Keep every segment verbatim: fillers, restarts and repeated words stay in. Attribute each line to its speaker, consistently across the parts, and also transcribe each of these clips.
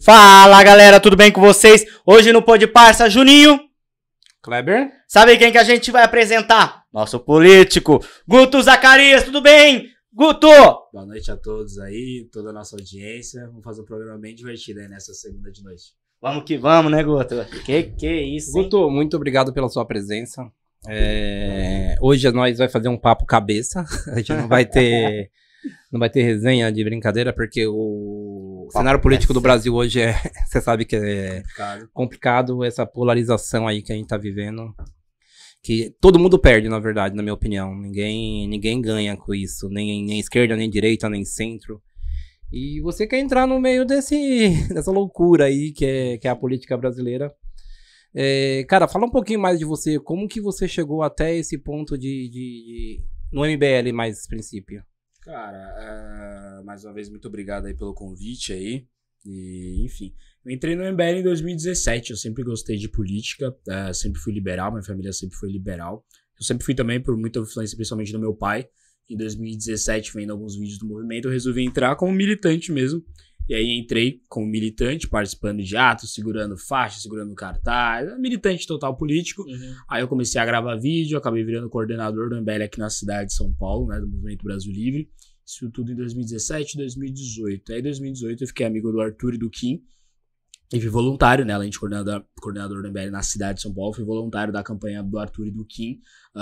Speaker 1: Fala galera, tudo bem com vocês? Hoje no Pod Parça, Juninho,
Speaker 2: Kleber,
Speaker 1: sabe quem que a gente vai apresentar? Nosso político, Guto Zacarias, tudo bem? Guto!
Speaker 2: boa noite a todos aí, toda a nossa audiência. Vamos fazer um programa bem divertido aí nessa segunda de noite.
Speaker 1: Vamos que vamos, né, Guto? Que que é isso, hein?
Speaker 3: Guto, muito obrigado pela sua presença. É, hoje nós vai fazer um papo cabeça. A gente não vai ter, não vai ter resenha de brincadeira, porque o cenário político do Brasil hoje é, você sabe que é
Speaker 2: Complicado.
Speaker 3: complicado, essa polarização aí que a gente tá vivendo. Que todo mundo perde, na verdade, na minha opinião. Ninguém, ninguém ganha com isso, nem, nem esquerda, nem direita, nem centro. E você quer entrar no meio desse, dessa loucura aí que é, que é a política brasileira. É, cara, fala um pouquinho mais de você. Como que você chegou até esse ponto de, de, de no M B L mais princípio?
Speaker 2: Cara, uh, mais uma vez, muito obrigado aí pelo convite aí. E, enfim, eu entrei no M B L em dois mil e dezessete. Eu sempre gostei de política, uh, sempre fui liberal, minha família sempre foi liberal. Eu sempre fui também por muita influência, principalmente do meu pai. Em dois mil e dezessete, vendo alguns vídeos do movimento, eu resolvi entrar como militante mesmo. E aí entrei como militante, participando de atos, segurando faixa, segurando cartaz, militante total político. Uhum. Aí eu comecei a gravar vídeo, acabei virando coordenador do M B L aqui na cidade de São Paulo, né, do Movimento Brasil Livre. Isso tudo em dois mil e dezessete, dois mil e dezoito. Aí em dois mil e dezoito eu fiquei amigo do Arthur e do Kim. E fui voluntário, né, além de coordenador, coordenador do M B L na cidade de São Paulo, fui voluntário da campanha do Arthur e do Kim.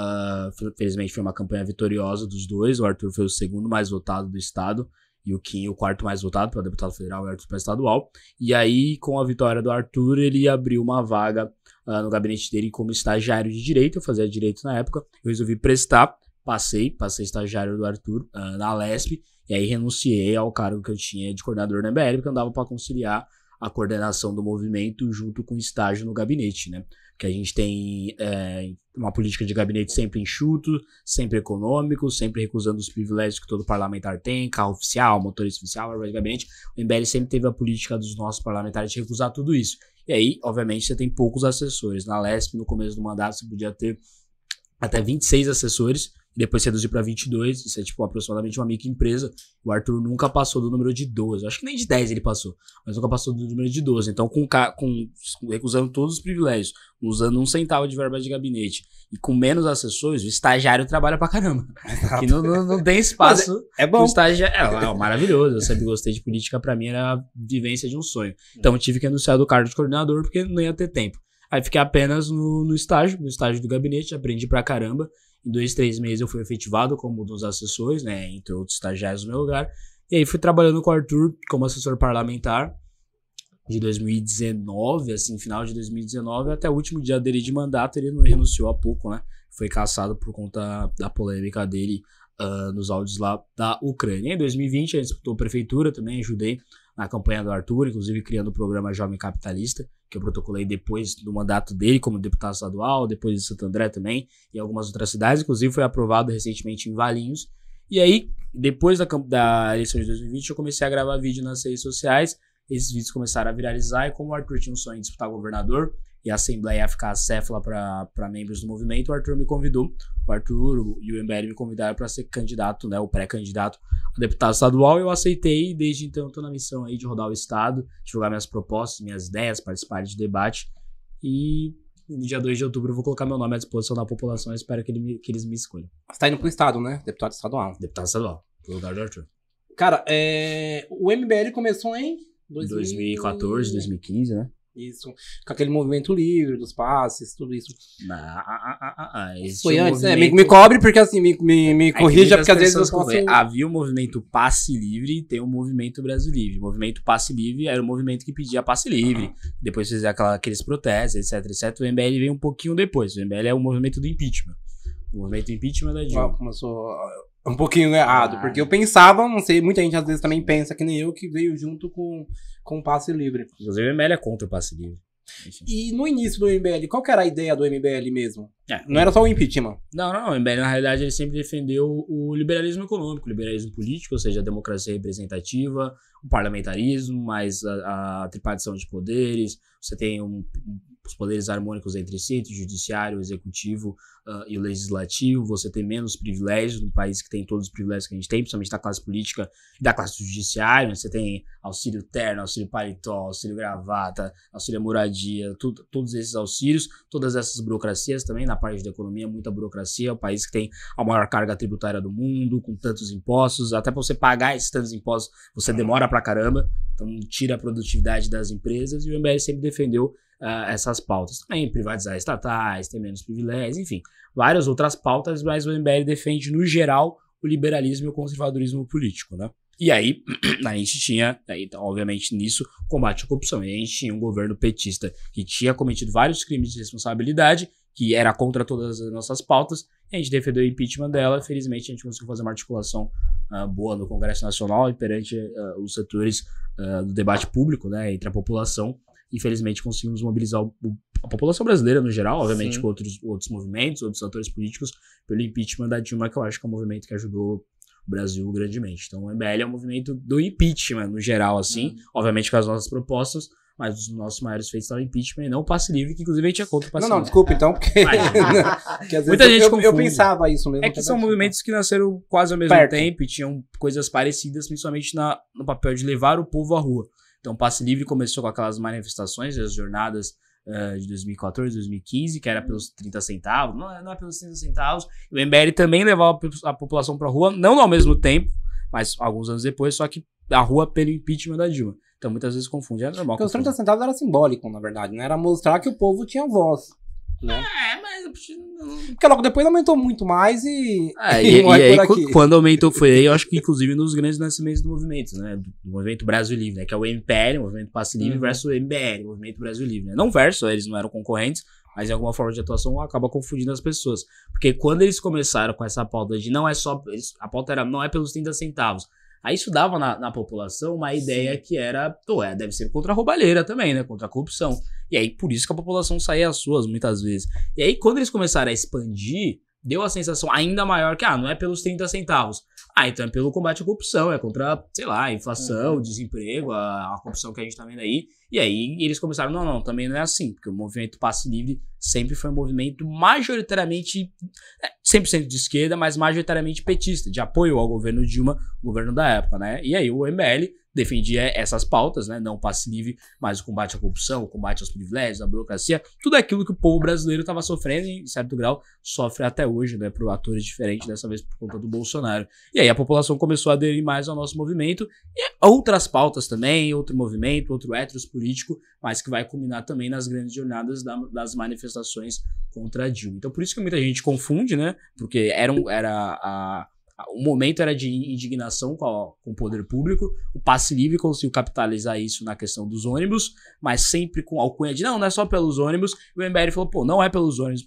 Speaker 2: Uh, felizmente foi uma campanha vitoriosa dos dois. O Arthur foi o segundo mais votado do estado e o Kim o quarto mais votado para deputado federal e Arthur para estadual. E aí, com a vitória do Arthur, ele abriu uma vaga uh, no gabinete dele como estagiário de direito. Eu fazia direito na época, eu resolvi prestar, passei, passei estagiário do Arthur uh, na Lesp, e aí renunciei ao cargo que eu tinha de coordenador do M B L, porque não dava para conciliar a coordenação do movimento junto com o estágio no gabinete, né? Que a gente tem é, uma política de gabinete sempre enxuto, sempre econômico, sempre recusando os privilégios que todo parlamentar tem, carro oficial, motorista oficial, área de gabinete. O M B L sempre teve a política dos nossos parlamentares de recusar tudo isso. E aí, obviamente, você tem poucos assessores. Na Lesp, no começo do mandato, você podia ter até vinte e seis assessores, e depois reduzir para vinte e dois, isso é tipo aproximadamente uma microempresa. O Arthur nunca passou do número de doze, acho que nem de dez ele passou, mas nunca passou do número de doze. Então, com, com recusando todos os privilégios, usando um centavo de verba de gabinete e com menos assessores, o estagiário trabalha pra caramba. Que não, não, não tem espaço.
Speaker 3: É, é bom.
Speaker 2: O estagiário, é, é maravilhoso. Eu sempre gostei de política, pra mim era a vivência de um sonho. Então, eu tive que anunciar do cargo de coordenador porque não ia ter tempo. Aí fiquei apenas no, no estágio, no estágio do gabinete, aprendi pra caramba. Em dois, três meses eu fui efetivado como um dos assessores, né, entre outros estagiários no meu lugar. E aí fui trabalhando com o Arthur como assessor parlamentar de dois mil e dezenove, assim, final de dois mil e dezenove, até o último dia dele de mandato. Ele não renunciou há pouco, né, foi cassado por conta da polêmica dele uh, nos áudios lá da Ucrânia. Em dois mil e vinte ele disputou prefeitura também, ajudei na campanha do Arthur, inclusive criando o programa Jovem Capitalista, que eu protocolei depois do mandato dele como deputado estadual, depois de Santo André também, e algumas outras cidades, inclusive foi aprovado recentemente em Valinhos. E aí, depois da, da eleição de dois mil e vinte, eu comecei a gravar vídeo nas redes sociais, esses vídeos começaram a viralizar, e como o Arthur tinha um sonho de disputar governador, e a Assembleia ia ficar acéfala para membros do movimento, o Arthur me convidou, o Arthur e o M B L me convidaram para ser candidato, né, o pré-candidato a deputado estadual. Eu aceitei, e desde então estou na missão aí de rodar o estado, divulgar minhas propostas, minhas ideias, participar de debate, e no dia dois de outubro eu vou colocar meu nome à disposição da população. Eu espero que, ele me, que eles me escolham.
Speaker 3: Você tá indo pro estado, né? Deputado estadual.
Speaker 2: Deputado estadual, no lugar do Arthur.
Speaker 3: Cara, é... o M B L começou em
Speaker 2: dois mil e quatorze, dois mil e quinze, né?
Speaker 3: Isso, com aquele movimento livre dos passes, tudo isso.
Speaker 2: Ah, ah, ah, ah, ah.
Speaker 3: Foi
Speaker 2: um
Speaker 3: antes,
Speaker 2: movimento...
Speaker 3: é, me, me cobre porque assim, me, me, me corrija, porque às vezes eu posso...
Speaker 2: Havia o movimento Passe Livre e tem o movimento Brasil Livre. O movimento Passe Livre era o movimento que pedia passe livre, uhum. Depois fez aquela, aqueles protestos, etc, etcétera. O M B L veio um pouquinho depois. O M B L é o movimento do impeachment. O movimento do impeachment da Dilma.
Speaker 3: Começou um pouquinho errado, ah. porque eu pensava, não sei, muita gente às vezes também pensa, que nem eu, que veio junto com, com o passe livre.
Speaker 2: Inclusive o M B L é contra o passe livre.
Speaker 3: E no início do M B L, qual que era a ideia do M B L mesmo?
Speaker 2: É,
Speaker 3: Não era só o impeachment.
Speaker 2: Não, não, não. O M B L, na realidade, ele sempre defendeu o liberalismo econômico, o liberalismo político, ou seja, a democracia representativa, o parlamentarismo, mais a, a tripartição de poderes. Você tem um, um, os poderes harmônicos entre si, entre o judiciário, o executivo uh, e o legislativo. Você tem menos privilégios num país que tem todos os privilégios que a gente tem, principalmente da classe política e da classe do judiciário. Você tem auxílio terno, auxílio paletó, auxílio gravata, auxílio moradia, tudo, todos esses auxílios, todas essas burocracias também, na parte da economia, muita burocracia. É o país que tem a maior carga tributária do mundo, com tantos impostos. Até para você pagar esses tantos impostos, você demora pra caramba. Então tira a produtividade das empresas, e o M B L sempre defendeu uh, essas pautas. Também privatizar estatais, ter menos privilégios, enfim, várias outras pautas, mas o M B L defende, no geral, o liberalismo e o conservadorismo político, né? E aí, a gente tinha, aí, então, obviamente, nisso, combate à corrupção. E a gente tinha um governo petista que tinha cometido vários crimes de responsabilidade, que era contra todas as nossas pautas, e a gente defendeu o impeachment dela. Felizmente, a gente conseguiu fazer uma articulação uh, boa no Congresso Nacional e perante uh, os setores uh, do debate público, né, entre a população. E, felizmente, conseguimos mobilizar o, o, a população brasileira no geral, obviamente, Sim. com outros, outros movimentos, outros atores políticos, pelo impeachment da Dilma, que eu acho que é um movimento que ajudou o Brasil grandemente. Então, o M B L é um movimento do impeachment, no geral, assim, uhum. obviamente com as nossas propostas, mas os nossos maiores feitos são o impeachment e não o passe livre, que inclusive a gente é contra o passe livre.
Speaker 3: Não, não, desculpa então, porque, porque às
Speaker 2: muita
Speaker 3: vezes
Speaker 2: gente
Speaker 3: eu, eu pensava isso mesmo.
Speaker 2: É que são movimentos que nasceram quase ao mesmo Perto. tempo e tinham coisas parecidas, principalmente na, no papel de levar o povo à rua. Então, o passe livre começou com aquelas manifestações, as jornadas uh, de dois mil e quatorze, dois mil e quinze, que era pelos trinta centavos, não é, não é pelos trinta centavos. O M B L também levava a população para a rua, não ao mesmo tempo, mas alguns anos depois, só que a rua pelo impeachment da Dilma. Então muitas vezes confunde, é normal.
Speaker 3: Porque os trinta centavos era simbólico, na verdade, né? Era mostrar que o povo tinha voz, né?
Speaker 2: É, mas...
Speaker 3: Porque logo depois aumentou muito mais e...
Speaker 2: É, e, e, e aí quando aumentou foi aí, eu acho que inclusive nos grandes nascimentos do movimento, né? Do, do movimento Brasil Livre, né? Que é o M P L, o Movimento Passe Livre, uhum. versus o M B L, o Movimento Brasil Livre, né? Não versus, eles não eram concorrentes, mas em alguma forma de atuação acaba confundindo as pessoas. Porque quando eles começaram com essa pauta de não é só... Eles, a pauta era não é pelos trinta centavos. Aí isso dava na, na população uma ideia Sim. que era, pô, é, deve ser contra a roubalheira também, né? Contra a corrupção. E aí, por isso que a população saía às suas, muitas vezes. E aí, quando eles começaram a expandir, deu a sensação ainda maior que, ah, não é pelos trinta centavos. Ah, então é pelo combate à corrupção, é contra, sei lá, a inflação, uhum. o desemprego, a, a corrupção que a gente tá vendo aí. E aí, eles começaram, não, não, também não é assim, porque o movimento Passe Livre sempre foi um movimento majoritariamente, cem por cento de esquerda, mas majoritariamente petista, de apoio ao governo Dilma, governo da época, né? E aí o M B L defendia essas pautas, né? Não o passe livre, mas o combate à corrupção, o combate aos privilégios, à burocracia, tudo aquilo que o povo brasileiro estava sofrendo e, em certo grau, sofre até hoje, né? Por atores diferentes, dessa vez por conta do Bolsonaro. E aí a população começou a aderir mais ao nosso movimento e outras pautas também, outro movimento, outro ethos político, mas que vai culminar também nas grandes jornadas da, das manifestações contra a Dilma. Então por isso que muita gente confunde, né? Porque era, um, era a... O momento era de indignação com, a, com o poder público. O passe livre conseguiu capitalizar isso na questão dos ônibus, mas sempre com alcunha de não, não é só pelos ônibus. E o M B L falou, pô, não é pelos ônibus.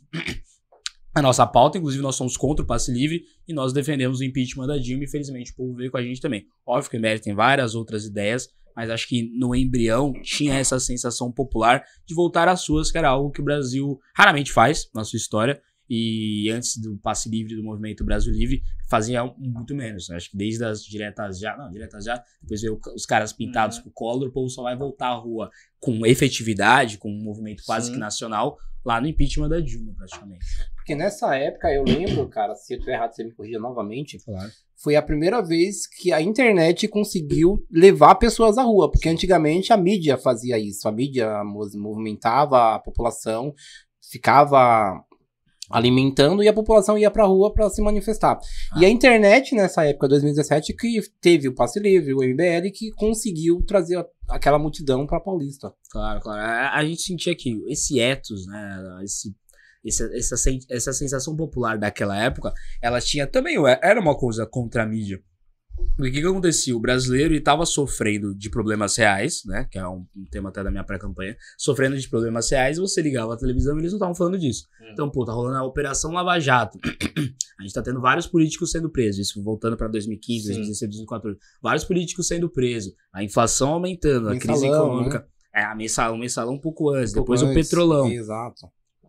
Speaker 2: A nossa pauta, inclusive nós somos contra o passe livre e nós defendemos o impeachment da Dilma. Infelizmente o povo veio com a gente também. Óbvio que o M B L tem várias outras ideias, mas acho que no embrião tinha essa sensação popular de voltar às suas, que era algo que o Brasil raramente faz na sua história. E antes do passe livre do movimento Brasil Livre, fazia muito menos. Acho que desde as diretas já, não, diretas já, depois veio os caras pintados uhum. com o Collor, o povo só vai voltar à rua com efetividade, com um movimento quase Sim. que nacional, lá no impeachment da Dilma, praticamente.
Speaker 3: Porque nessa época, eu lembro, cara, se eu estiver errado, você me corrija novamente,
Speaker 2: claro.
Speaker 3: Foi a primeira vez que a internet conseguiu levar pessoas à rua, porque antigamente a mídia fazia isso, a mídia movimentava a população, ficava... alimentando, e a população ia pra rua pra se manifestar. Ah. E a internet, nessa época, dois mil e dezessete, que teve o Passe Livre, o M B L, que conseguiu trazer a, aquela multidão pra Paulista.
Speaker 2: Claro, claro. A, a gente sentia que esse ethos, né, esse, esse, essa, essa sensação popular daquela época, ela tinha também, era uma coisa contra a mídia. O que que acontecia? O brasileiro estava sofrendo de problemas reais, né? Que é um, um tema até da minha pré-campanha. Sofrendo de problemas reais, você ligava a televisão e eles não estavam falando disso. Hum. Então, pô, tá rolando a Operação Lava Jato. A gente tá tendo vários políticos sendo presos. Isso voltando pra dois mil e quinze, dois mil e dezesseis, dois mil e quatorze. Vários políticos sendo presos. A inflação aumentando, a mensalão, crise econômica. Né? É, a mensalão, mensalão um pouco antes. Um pouco depois antes, o petrolão.
Speaker 3: Exato.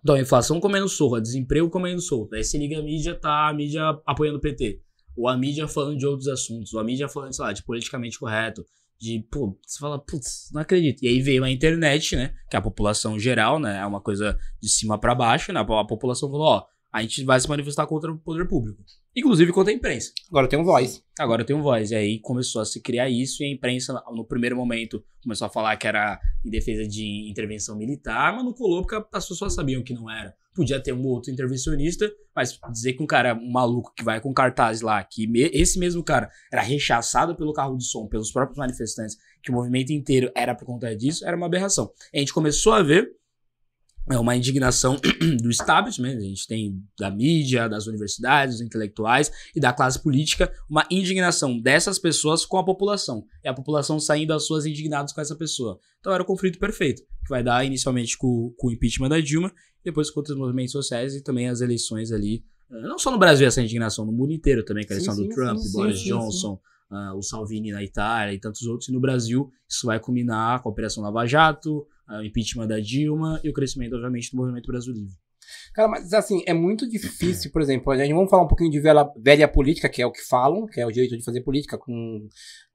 Speaker 2: Então, a inflação comendo solto, desemprego comendo solto. Aí você liga a mídia, tá a mídia apoiando o P T. Ou a mídia falando de outros assuntos. Ou a mídia falando, sei lá, de politicamente correto. De, pô, você fala, putz, não acredito. E aí veio a internet, né? Que é a população geral, né? É uma coisa de cima pra baixo, né? A população falou, ó, a gente vai se manifestar contra o poder público. Inclusive contra a imprensa.
Speaker 3: Agora tem um voz.
Speaker 2: Agora tem um voz. E aí começou a se criar isso e a imprensa, no primeiro momento, começou a falar que era em defesa de intervenção militar, mas não colou porque as pessoas sabiam que não era. Podia ter um outro intervencionista, mas dizer que um cara, um maluco que vai com cartaz lá, que me, esse mesmo cara era rechaçado pelo carro de som, pelos próprios manifestantes, que o movimento inteiro era por conta disso, era uma aberração. A gente começou a ver é uma indignação do establishment, a gente tem da mídia, das universidades, dos intelectuais e da classe política, uma indignação dessas pessoas com a população. É a população saindo das suas indignadas com essa pessoa. Então era o conflito perfeito, que vai dar inicialmente com, com o impeachment da Dilma, depois com outros movimentos sociais e também as eleições ali. Não só no Brasil essa indignação, no mundo inteiro também, com a eleição sim, do sim, Trump, sim, Boris sim, Johnson, sim. Uh, o Salvini na Itália e tantos outros. E no Brasil isso vai culminar com a Operação Lava Jato, o impeachment da Dilma e o crescimento, obviamente, do movimento Brasil Livre.
Speaker 3: Cara, mas assim, é muito difícil, por exemplo, a gente vamos falar um pouquinho de velha, velha política, que é o que falam, que é o direito de fazer política com,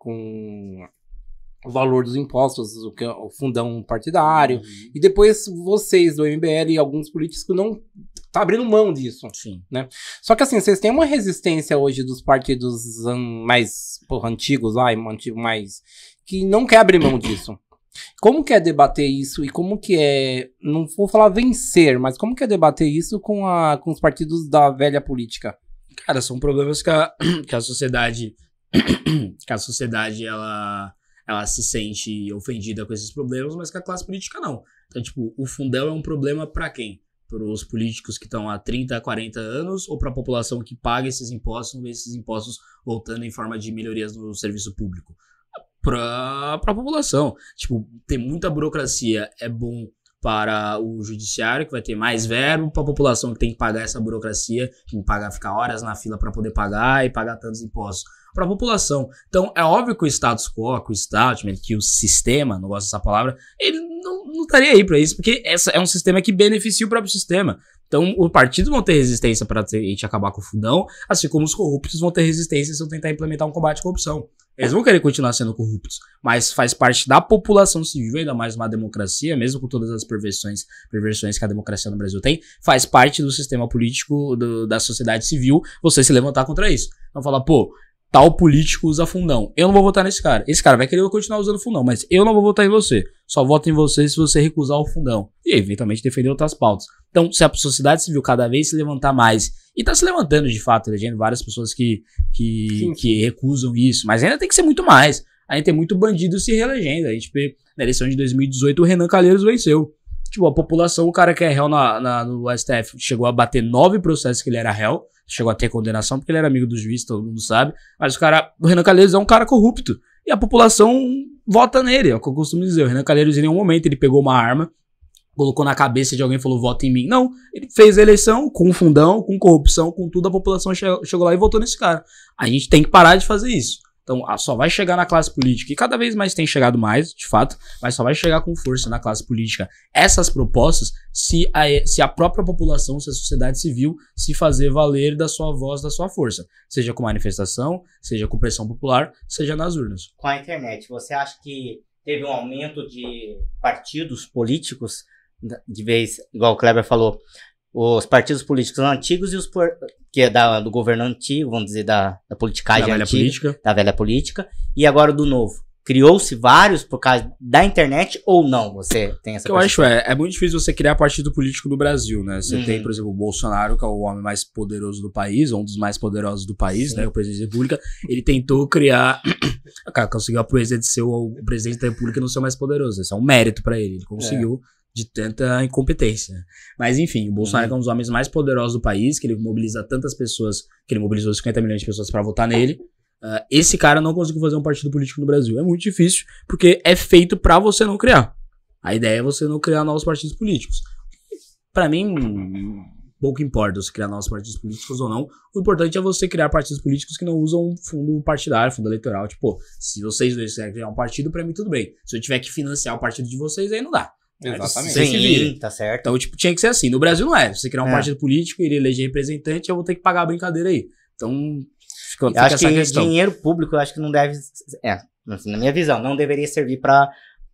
Speaker 3: com o valor dos impostos, o, que, o fundão partidário, uhum. E depois vocês do M B L e alguns políticos que não tá abrindo mão disso.
Speaker 2: Sim.
Speaker 3: Né? Só que assim, vocês têm uma resistência hoje dos partidos um, mais porra, antigos lá, mais que não quer abrir mão disso. Como que é debater isso e como que é, não vou falar vencer, mas como que é debater isso com, a, com os partidos da velha política?
Speaker 2: Cara, são problemas que a, que a sociedade, que a sociedade, ela, ela se sente ofendida com esses problemas, mas que a classe política não. Então, tipo, o fundão é um problema pra quem? Para os políticos que estão há trinta, quarenta anos ou para a população que paga esses impostos, não vê esses impostos voltando em forma de melhorias no serviço público? Para a população. Tipo, tem muita burocracia, é bom para o judiciário, que vai ter mais verbo, para a população que tem que pagar essa burocracia, que tem que pagar, ficar horas na fila para poder pagar e pagar tantos impostos. Para a população. Então, é óbvio que o status quo, que o establishment, que o sistema, não gosto dessa palavra, ele não, não estaria aí para isso, porque essa é um sistema que beneficia o próprio sistema. Então, os partidos vão ter resistência para a gente acabar com o fundão, assim como os corruptos vão ter resistência se eu tentar implementar um combate à corrupção. Eles vão querer continuar sendo corruptos, mas faz parte da população civil, ainda mais uma democracia, mesmo com todas as perversões, perversões que a democracia no Brasil tem, faz parte do sistema político do, da sociedade civil você se levantar contra isso. Então falar, pô, tal político usa fundão, eu não vou votar nesse cara. Esse cara vai querer continuar usando fundão, mas eu não vou votar em você. Só voto em você se você recusar o fundão. E eventualmente defender outras pautas. Então, se a sociedade civil cada vez se levantar mais, e tá se levantando de fato, elegendo várias pessoas que, que, sim, sim. que recusam isso, mas ainda tem que ser muito mais. Ainda tem muito bandido se reelegendo. A gente vê, na eleição de dois mil e dezoito, o Renan Calheiros venceu. Tipo, a população, o cara que é réu na, na, no S T F, chegou a bater nove processos que ele era réu, chegou a ter condenação porque ele era amigo do juiz, todo mundo sabe, mas o cara, o Renan Calheiros é um cara corrupto, e a população vota nele, é o que eu costumo dizer. O Renan Calheiros, em nenhum momento, ele pegou uma arma, colocou na cabeça de alguém e falou, vota em mim. Não, ele fez a eleição com fundão, com corrupção, com tudo, a população chegou lá e votou nesse cara. A gente tem que parar de fazer isso. Então, só vai chegar na classe política, e cada vez mais tem chegado mais, de fato, mas só vai chegar com força na classe política essas propostas se a, se a própria população, se a sociedade civil se fazer valer da sua voz, da sua força. Seja com manifestação, seja com pressão popular, seja nas urnas.
Speaker 1: Com a internet, você acha que teve um aumento de partidos políticos, de vez, igual o Kleber falou, os partidos políticos antigos e os por, que é da, do governo antigo, vamos dizer, da, da politicagem
Speaker 2: da velha
Speaker 1: antiga,
Speaker 2: política.
Speaker 1: da velha política, e agora do novo. Criou-se vários por causa da internet ou não? Você tem essa
Speaker 2: O que eu acho é, é muito difícil você criar partido político no Brasil, né? Você
Speaker 1: Uhum.
Speaker 2: tem, por exemplo, o Bolsonaro, que é o homem mais poderoso do país, ou um dos mais poderosos do país,
Speaker 1: Sim.
Speaker 2: né? O presidente da República. Ele tentou criar... Cara, conseguiu a proeza de ser o, o presidente da República e não ser o mais poderoso. Isso é um mérito pra ele. Ele conseguiu... É. De tanta incompetência. Mas enfim, o Bolsonaro uhum. é um dos homens mais poderosos do país, que ele mobiliza tantas pessoas, que ele mobilizou cinquenta milhões de pessoas pra votar nele. Uh, esse cara não conseguiu fazer um partido político no Brasil. É muito difícil, porque é feito pra você não criar. A ideia é você não criar novos partidos políticos. Pra mim, pouco importa você criar novos partidos políticos ou não. O importante é você criar partidos políticos que não usam fundo partidário, fundo eleitoral. Tipo, se vocês dois quiserem criar um partido, pra mim tudo bem. Se eu tiver que financiar o partido de vocês, aí não dá.
Speaker 3: Exatamente.
Speaker 2: Você se vira.
Speaker 1: Sim, tá certo.
Speaker 2: Então, tipo, tinha que ser assim. No Brasil não é. Se você criar um
Speaker 1: É.
Speaker 2: partido político e ele eleger representante, eu vou ter que pagar a brincadeira aí. Então, fica,
Speaker 1: Eu
Speaker 2: fica
Speaker 1: acho
Speaker 2: essa
Speaker 1: que
Speaker 2: questão.
Speaker 1: dinheiro público, eu acho que não deve. É, assim, na minha visão, não deveria servir para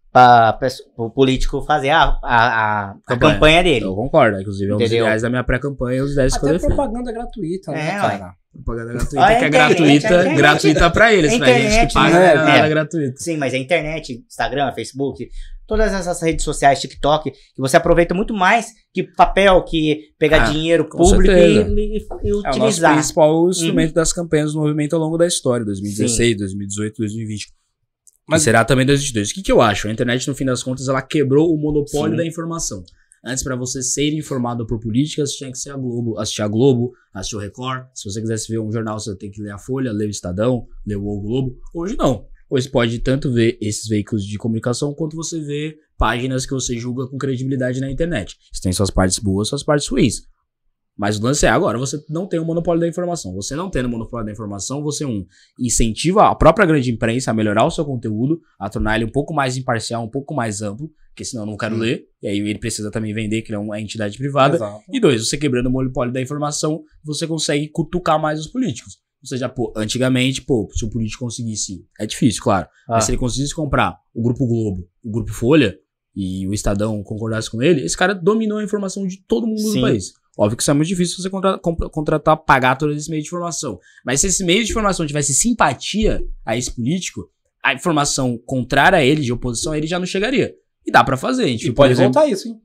Speaker 1: o político fazer a, a, a, a
Speaker 2: Campanha.
Speaker 1: campanha dele.
Speaker 2: Eu concordo. Inclusive, é um dos
Speaker 1: Entendeu?
Speaker 2: ideais da minha pré-campanha, os ideais que eu
Speaker 3: Até
Speaker 2: defendo.
Speaker 3: propaganda gratuita, né,
Speaker 1: É,
Speaker 3: cara?
Speaker 2: Propaganda gratuita,
Speaker 1: Ah, a
Speaker 2: que é
Speaker 1: internet,
Speaker 2: gratuita,
Speaker 1: a internet-
Speaker 2: gratuita pra eles,
Speaker 1: a
Speaker 2: pra gente
Speaker 1: internet,
Speaker 2: que paga
Speaker 3: né?
Speaker 2: não é nada
Speaker 1: É.
Speaker 2: gratuito.
Speaker 1: Sim, mas a internet, Instagram, Facebook, todas essas redes sociais, TikTok, que você aproveita muito mais que papel, que pegar
Speaker 2: Ah,
Speaker 1: dinheiro
Speaker 2: com
Speaker 1: público e,
Speaker 2: certeza.
Speaker 1: e- e
Speaker 2: É o nosso
Speaker 1: utilizar.
Speaker 2: principal instrumento das campanhas do movimento ao longo da história, dois mil e dezesseis,
Speaker 1: Sim.
Speaker 2: dois mil e dezoito, dois mil e vinte.
Speaker 3: Mas-
Speaker 2: E será também dois mil e vinte e dois. O que, que eu acho? A internet, no fim das contas, ela quebrou o monopólio
Speaker 1: Sim.
Speaker 2: da informação. Antes, pra você ser informado por políticas, tinha que ser a Globo, assistir a Globo, assistir o Record. Se você quisesse ver um jornal, você tem que ler a Folha, ler o Estadão, ler o O Globo. Hoje não. Hoje você pode tanto ver esses veículos de comunicação, quanto você vê páginas que você julga com credibilidade na internet. Isso tem suas partes boas, suas partes ruins. Mas o lance é, agora você não tem o monopólio da informação. Você não tendo o monopólio da informação, você, um, incentiva a própria grande imprensa a melhorar o seu conteúdo, a tornar ele um pouco mais imparcial, um pouco mais amplo, porque senão eu não quero
Speaker 1: Sim.
Speaker 2: ler, e aí ele precisa também vender, que ele é uma entidade privada.
Speaker 3: Exato.
Speaker 2: E dois, você quebrando o monopólio da informação, você consegue cutucar mais os políticos. Ou seja, pô, antigamente, pô, se o político conseguisse, é difícil, claro,
Speaker 1: Ah.
Speaker 2: mas se ele conseguisse comprar o Grupo Globo, o Grupo Folha, e o Estadão concordasse com ele, esse cara dominou a informação de todo mundo
Speaker 1: Sim.
Speaker 2: do país. Óbvio que isso é muito difícil você contra- compra- contratar, pagar todo esse meio de informação. Mas se esse meio de informação tivesse simpatia a esse político, a informação contrária a ele, de oposição a ele, já não chegaria. E dá pra fazer, gente.
Speaker 3: E
Speaker 2: Por
Speaker 3: pode
Speaker 2: exemplo,
Speaker 3: voltar isso, hein?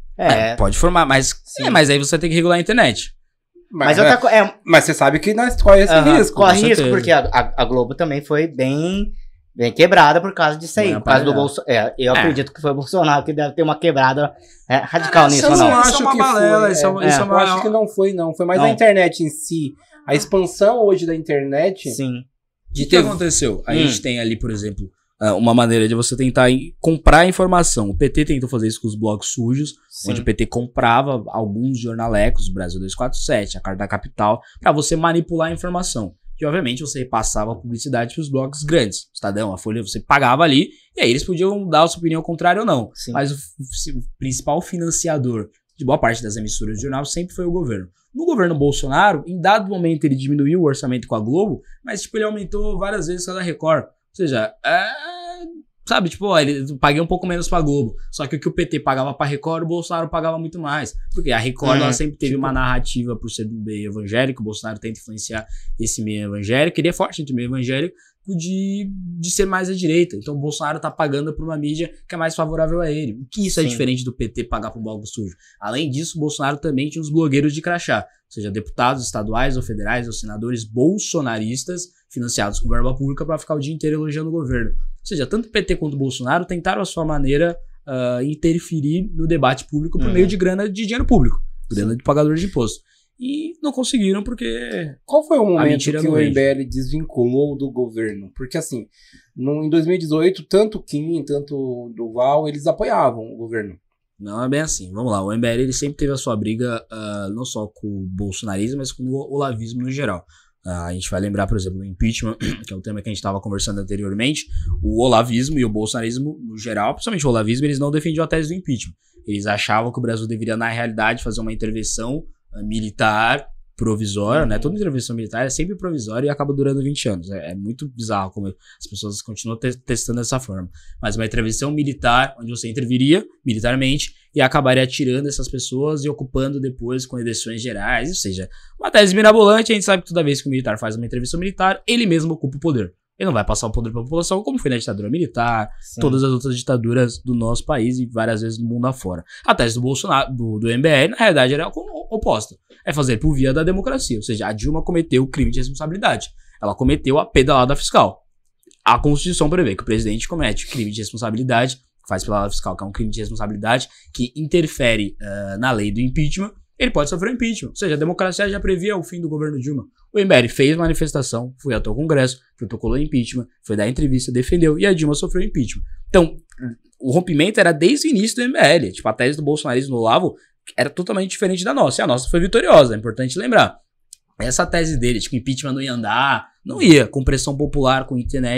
Speaker 1: É,
Speaker 2: é, pode formar, mas, é, mas aí você tem que regular a internet.
Speaker 1: mas
Speaker 3: é,
Speaker 1: outra coisa. É,
Speaker 3: mas você sabe que nós corre esse
Speaker 1: aham,
Speaker 3: risco.
Speaker 1: corre
Speaker 2: com
Speaker 1: risco,
Speaker 2: certeza.
Speaker 1: porque a, a- a Globo também foi bem, bem quebrada por causa disso aí.
Speaker 2: Bem
Speaker 1: Por causa do
Speaker 2: aparelhada.
Speaker 1: Bolsonaro. É, eu
Speaker 2: É.
Speaker 1: acredito que foi o Bolsonaro que deve ter uma quebrada é, radical nisso,
Speaker 3: eu
Speaker 1: ou
Speaker 3: não
Speaker 1: não?
Speaker 3: acho
Speaker 2: Isso é uma
Speaker 3: que
Speaker 2: balela,
Speaker 3: foi,
Speaker 2: isso é uma-
Speaker 3: é,
Speaker 2: isso é
Speaker 3: eu
Speaker 2: uma-
Speaker 3: acho que não foi, não. Foi mais
Speaker 1: Não.
Speaker 3: a internet em si. A expansão hoje da internet
Speaker 1: Sim.
Speaker 3: de
Speaker 2: O que
Speaker 3: ter...
Speaker 2: aconteceu? A
Speaker 1: Hum.
Speaker 2: gente tem ali, por exemplo, ah, uma maneira de você tentar em- comprar informação. O P T tentou fazer isso com os blogs sujos,
Speaker 1: Sim.
Speaker 2: onde o P T comprava alguns jornalecos, Brasil duzentos e quarenta e sete, a Carta da Capital, pra você manipular a informação. E, obviamente, você passava a publicidade pros blogs grandes. O Estadão, a Folha, você pagava ali, e aí eles podiam dar a sua opinião contrária ou não.
Speaker 1: Sim.
Speaker 2: Mas o, f- o principal financiador de boa parte das emissoras de jornal sempre foi o governo. No governo Bolsonaro, em dado momento ele diminuiu o orçamento com a Globo, mas tipo, ele aumentou várias vezes com a da Record. Ou seja, é, sabe, tipo, ó, ele, eu paguei um pouco menos pra Globo. Só que o que o P T pagava pra Record, o Bolsonaro pagava muito mais. Porque a Record
Speaker 1: Uhum,
Speaker 2: ela sempre teve
Speaker 1: tipo-
Speaker 2: uma narrativa por ser do meio evangélico, o Bolsonaro tenta influenciar esse meio evangélico, ele é forte entre o meio evangélico de, de ser mais à direita. Então o Bolsonaro tá pagando por uma mídia que é mais favorável a ele. O que isso é
Speaker 1: Sim.
Speaker 2: diferente do P T pagar pra um blog sujo? Além disso, o Bolsonaro também tinha os blogueiros de crachá, ou seja, deputados estaduais ou federais ou senadores bolsonaristas financiados com verba pública pra ficar o dia inteiro elogiando o governo. Ou seja, tanto o P T quanto o Bolsonaro tentaram a sua maneira ah, interferir no debate público por
Speaker 1: Uhum.
Speaker 2: meio de grana de dinheiro público, grana de pagador de imposto. E não conseguiram porque
Speaker 3: Qual foi o momento
Speaker 2: mentira
Speaker 3: que
Speaker 2: não
Speaker 3: o
Speaker 2: vende.
Speaker 3: M B L desvinculou do governo? Porque assim, no, em dois mil e dezoito, tanto o Kim, tanto o Duval, eles apoiavam o governo.
Speaker 2: não é bem assim. Vamos lá, o M B L ele sempre teve a sua briga ah, não só com o bolsonarismo, mas com o olavismo no geral. Ah, a gente vai lembrar, por exemplo, do impeachment, que é o tema que a gente estava conversando anteriormente. O olavismo e o bolsonarismo, no geral, principalmente o olavismo, eles não defendiam a tese do impeachment. Eles achavam que o Brasil deveria, na realidade, fazer uma intervenção ah, militar provisória, né? Toda intervenção militar é sempre provisória e acaba durando vinte anos. É, é muito bizarro como as pessoas continuam te testando dessa forma. Mas uma intervenção militar, onde você interviria militarmente e acabaria atirando essas pessoas e ocupando depois com eleições gerais. Ou seja, uma tese mirabolante. A gente sabe que toda vez que o militar faz uma intervenção militar, ele mesmo ocupa o poder. Ele não vai passar o poder para a população, como foi na ditadura militar,
Speaker 1: Sim.
Speaker 2: todas as outras ditaduras do nosso país e várias vezes do mundo afora. A tese do Bolsonaro, do, do M B L, na realidade, era oposta. É fazer por via da democracia. Ou seja, a Dilma cometeu o crime de responsabilidade. Ela cometeu a pedalada fiscal. A Constituição prevê que o presidente comete crime de responsabilidade, faz pedalada fiscal, que é um crime de responsabilidade, que interfere uh, na lei do impeachment, ele pode sofrer impeachment. Ou seja, a democracia já previa o fim do governo Dilma. O M B L fez manifestação, foi até o Congresso, protocolou impeachment, foi dar entrevista, defendeu, e a Dilma sofreu impeachment. Então, o rompimento era desde o início do M B L. Tipo, a tese do bolsonarismo no Olavo era totalmente diferente da nossa. E a nossa foi vitoriosa, é importante lembrar. Essa tese dele, de que o impeachment não ia andar, não ia, com pressão popular, com internet,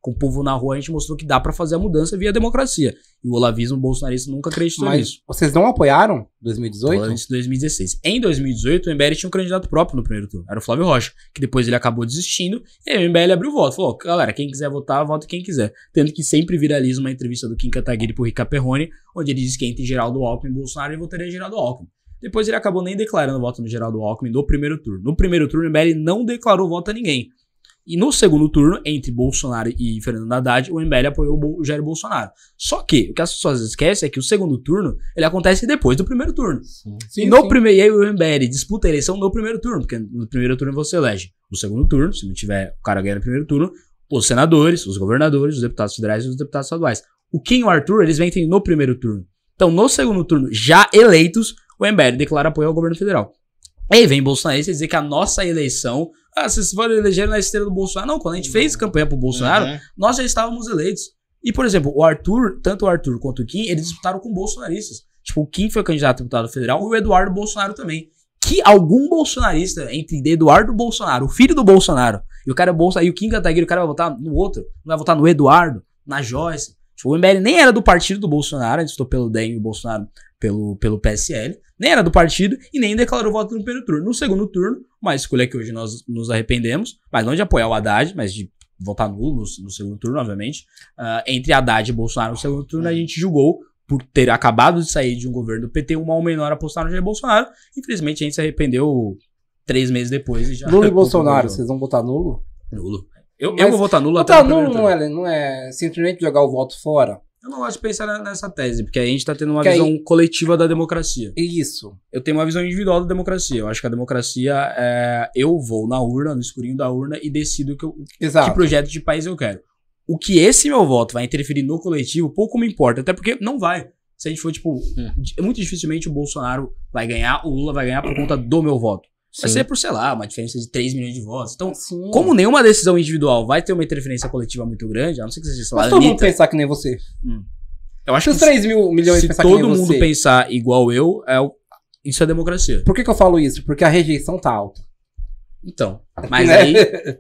Speaker 2: Com o povo na rua, a gente mostrou que dá pra fazer a mudança via democracia. E o olavismo bolsonarista nunca acreditou
Speaker 3: Mas
Speaker 2: nisso.
Speaker 3: vocês não apoiaram dois mil e dezoito?
Speaker 2: Falando isso em dois mil e dezesseis. Em dois mil e dezoito, o M B L tinha um candidato próprio no primeiro turno. Era o Flávio Rocha, que depois ele acabou desistindo. E aí o M B L abriu o voto. Falou, galera, quem quiser votar, vota quem quiser. Tendo que sempre viraliza uma entrevista do Kim Kataguiri pro Rica Perrone, onde ele diz que entre Geraldo Alckmin e Bolsonaro, ele votaria Geraldo Alckmin. Depois ele acabou nem declarando voto no Geraldo Alckmin no primeiro turno. No primeiro turno, o M B L não declarou voto a ninguém. E no segundo turno, entre Bolsonaro e Fernando Haddad, o M B L apoiou o Jair Bolsonaro. Só que, o que as pessoas esquecem é que o segundo turno, ele acontece depois do primeiro turno.
Speaker 1: Sim.
Speaker 2: Sim, e no sim. primeiro, e aí o M B L disputa a eleição no primeiro turno, porque no primeiro turno você elege o segundo turno, se não tiver o cara ganha no primeiro turno, os senadores, os governadores, os deputados federais e os deputados estaduais. O Kim e o Arthur, eles vencem no primeiro turno. Então, no segundo turno, já eleitos, o M B L declara apoio ao governo federal. Aí vem Bolsonaro e dizer que a nossa eleição... Ah, vocês foram eleger na esteira do Bolsonaro. Não, quando a gente fez campanha pro Bolsonaro, uhum. nós já estávamos eleitos. E, por exemplo, o Arthur, tanto o Arthur quanto o Kim, eles disputaram com bolsonaristas. Tipo, o Kim foi candidato a deputado federal e o Eduardo Bolsonaro também. Que algum bolsonarista, entre Eduardo Bolsonaro, o filho do Bolsonaro, e o cara Bolsonaro, e o Kim Kataguiri, o cara vai votar no outro, não vai votar no Eduardo, na Joyce. Tipo, o M B L nem era do partido do Bolsonaro, a gente estou pelo D E M e o Bolsonaro pelo, pelo P S L, nem era do partido e nem declarou voto no primeiro turno. No segundo turno, uma escolha que hoje nós nos arrependemos, mas não de apoiar o Haddad, mas de votar nulo no, no segundo turno, obviamente. Uh, entre Haddad e Bolsonaro no segundo turno, a gente julgou, por ter acabado de sair de um governo do P T, um mal menor apostar no Jair Bolsonaro. Infelizmente, a gente se arrependeu três meses depois. E já
Speaker 3: Lula e Bolsonaro, vocês vão votar nulo?
Speaker 2: Nulo. Eu, eu vou votar nulo até
Speaker 3: votar nulo não é, não é simplesmente jogar o voto fora?
Speaker 2: Eu não gosto de pensar nessa tese, porque a gente tá tendo uma que visão aí... coletiva da democracia.
Speaker 3: Isso.
Speaker 2: Eu tenho uma visão individual da democracia. Eu acho que a democracia é... Eu vou na urna, no escurinho da urna, e decido que, eu... que projeto de país eu quero. O que esse meu voto vai interferir no coletivo, pouco me importa. Até porque não vai. Se a gente for, tipo... Hum. Muito dificilmente o Bolsonaro vai ganhar, o Lula vai ganhar por conta do meu voto. Vai Sim. ser por, sei lá, uma diferença de três milhões de votos. Então, Sim. como nenhuma decisão individual vai ter uma interferência coletiva muito grande, a não ser que seja, sei lá,
Speaker 3: mas todo Anitta, mundo pensar que nem você.
Speaker 2: Hum. Eu acho
Speaker 3: se que os três mil milhões
Speaker 2: se
Speaker 3: pensar
Speaker 2: todo
Speaker 3: que nem
Speaker 2: mundo
Speaker 3: você,
Speaker 2: pensar igual eu, é o, isso é democracia.
Speaker 3: Por que que eu falo isso? Porque a rejeição tá alta.
Speaker 2: Então, mas aí,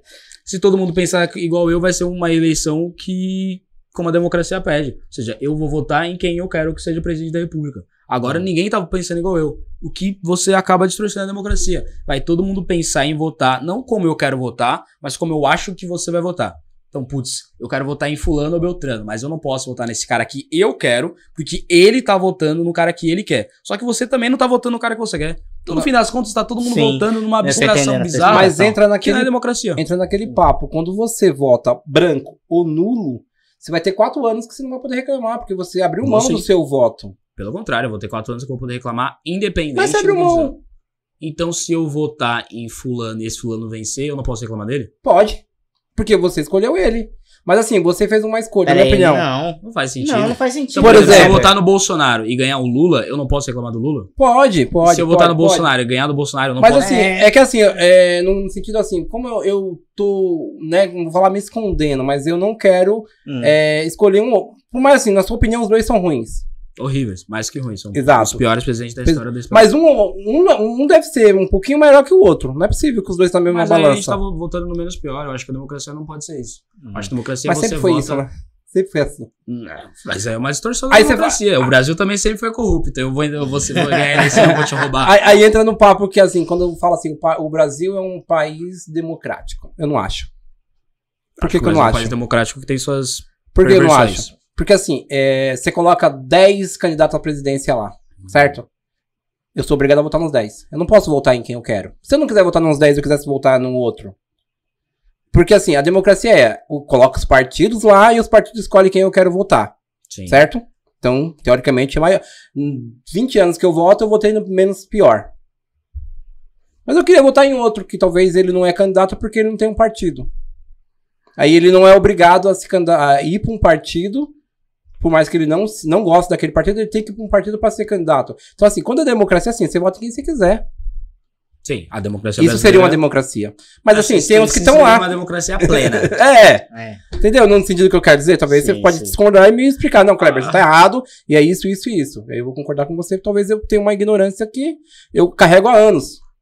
Speaker 2: se todo mundo pensar igual eu, vai ser uma eleição que, como a democracia pede. Ou seja, eu vou votar em quem eu quero que seja presidente da república. Agora, ninguém tá pensando igual eu. O que você acaba distorcendo a democracia. Vai todo mundo pensar em votar, não como eu quero votar, mas como eu acho que você vai votar. Então, putz, eu quero votar em fulano ou beltrano, mas eu não posso votar nesse cara que eu quero, porque ele tá votando no cara que ele quer. Só que você também não tá votando no cara que você quer. Então, no fim das contas, tá todo mundo Sim. votando numa abstração bizarra.
Speaker 3: Mas entra naquele,
Speaker 2: que não é democracia.
Speaker 3: Entra naquele papo. Quando você vota branco ou nulo, você vai ter quatro anos que você não vai poder reclamar, porque você abriu mão do seu voto.
Speaker 2: Pelo contrário, eu vou ter quatro anos que eu vou poder reclamar independente.
Speaker 3: Mas você abriu mão.
Speaker 2: Então, se eu votar em fulano e esse fulano vencer, eu não posso reclamar dele?
Speaker 3: Pode. Porque você escolheu ele. Mas assim, você fez uma escolha, na minha
Speaker 1: aí,
Speaker 3: opinião.
Speaker 1: Não,
Speaker 2: não faz sentido.
Speaker 1: Não, não faz sentido.
Speaker 2: Então, por, por exemplo, se eu votar no Bolsonaro e ganhar o Lula, eu não posso reclamar do Lula?
Speaker 3: Pode, pode.
Speaker 2: Se eu
Speaker 3: pode,
Speaker 2: votar no
Speaker 3: pode.
Speaker 2: Bolsonaro e ganhar do Bolsonaro, eu não
Speaker 3: Mas
Speaker 2: posso?
Speaker 3: Mas assim, é, é que assim, é, no sentido assim, como eu, eu tô, né, não vou falar me escondendo, mas eu não quero hum. é, escolher um... Por mais assim, na sua opinião, os dois são ruins.
Speaker 2: Horríveis, mais que ruins. São
Speaker 3: Exato.
Speaker 2: os piores presidentes da história desse país.
Speaker 3: Mas um, um, um deve ser um pouquinho melhor que o outro. Não é possível que os dois estão na mesma
Speaker 2: Mas
Speaker 3: balança.
Speaker 2: Mas a gente tava votando no menos pior. Eu acho que a democracia não pode ser isso. Hum. Acho que a democracia
Speaker 3: mas
Speaker 2: você
Speaker 3: sempre foi
Speaker 2: vota...
Speaker 3: isso, né? Sempre foi assim.
Speaker 2: Não, mas é uma distorção da aí democracia. Vai... O Brasil também sempre foi corrupto. Eu vou, eu vou, eu vou ganhar a eleição, eu vou te roubar.
Speaker 3: Aí, aí entra no papo que, assim, quando eu falo assim, o Brasil é um país democrático. Eu não acho. Por que, que eu não acho? É um
Speaker 2: país democrático que tem suas
Speaker 3: Por que eu não acho? Porque assim, é, você coloca dez candidatos à presidência lá, certo? Eu sou obrigado a votar nos dez. Eu não posso votar em quem eu quero. Se eu não quiser votar nos dez e eu quisesse votar no outro. Porque assim, a democracia é, eu coloco os partidos lá e os partidos escolhem quem eu quero votar. Sim. Certo? Então, teoricamente, é vinte anos que eu voto, eu votei no menos pior. Mas eu queria votar em outro, que talvez ele não é candidato porque ele não tem um partido. Aí ele não é obrigado a, se a ir para um partido... Por mais que ele não, não goste daquele partido, ele tem que ir para um partido para ser candidato. Então, assim, quando a democracia é assim, você vota em quem você quiser.
Speaker 2: Sim, a democracia
Speaker 3: Isso seria uma democracia. Mas, assim, tem uns que estão lá.
Speaker 2: uma democracia plena.
Speaker 3: é. é. Entendeu? No sentido que eu quero dizer, talvez sim, você pode sim. discordar e me explicar. Não, Kleber, ah. você tá errado, e é isso, isso e isso. Aí eu vou concordar com você, talvez eu tenha uma ignorância que eu carrego há anos.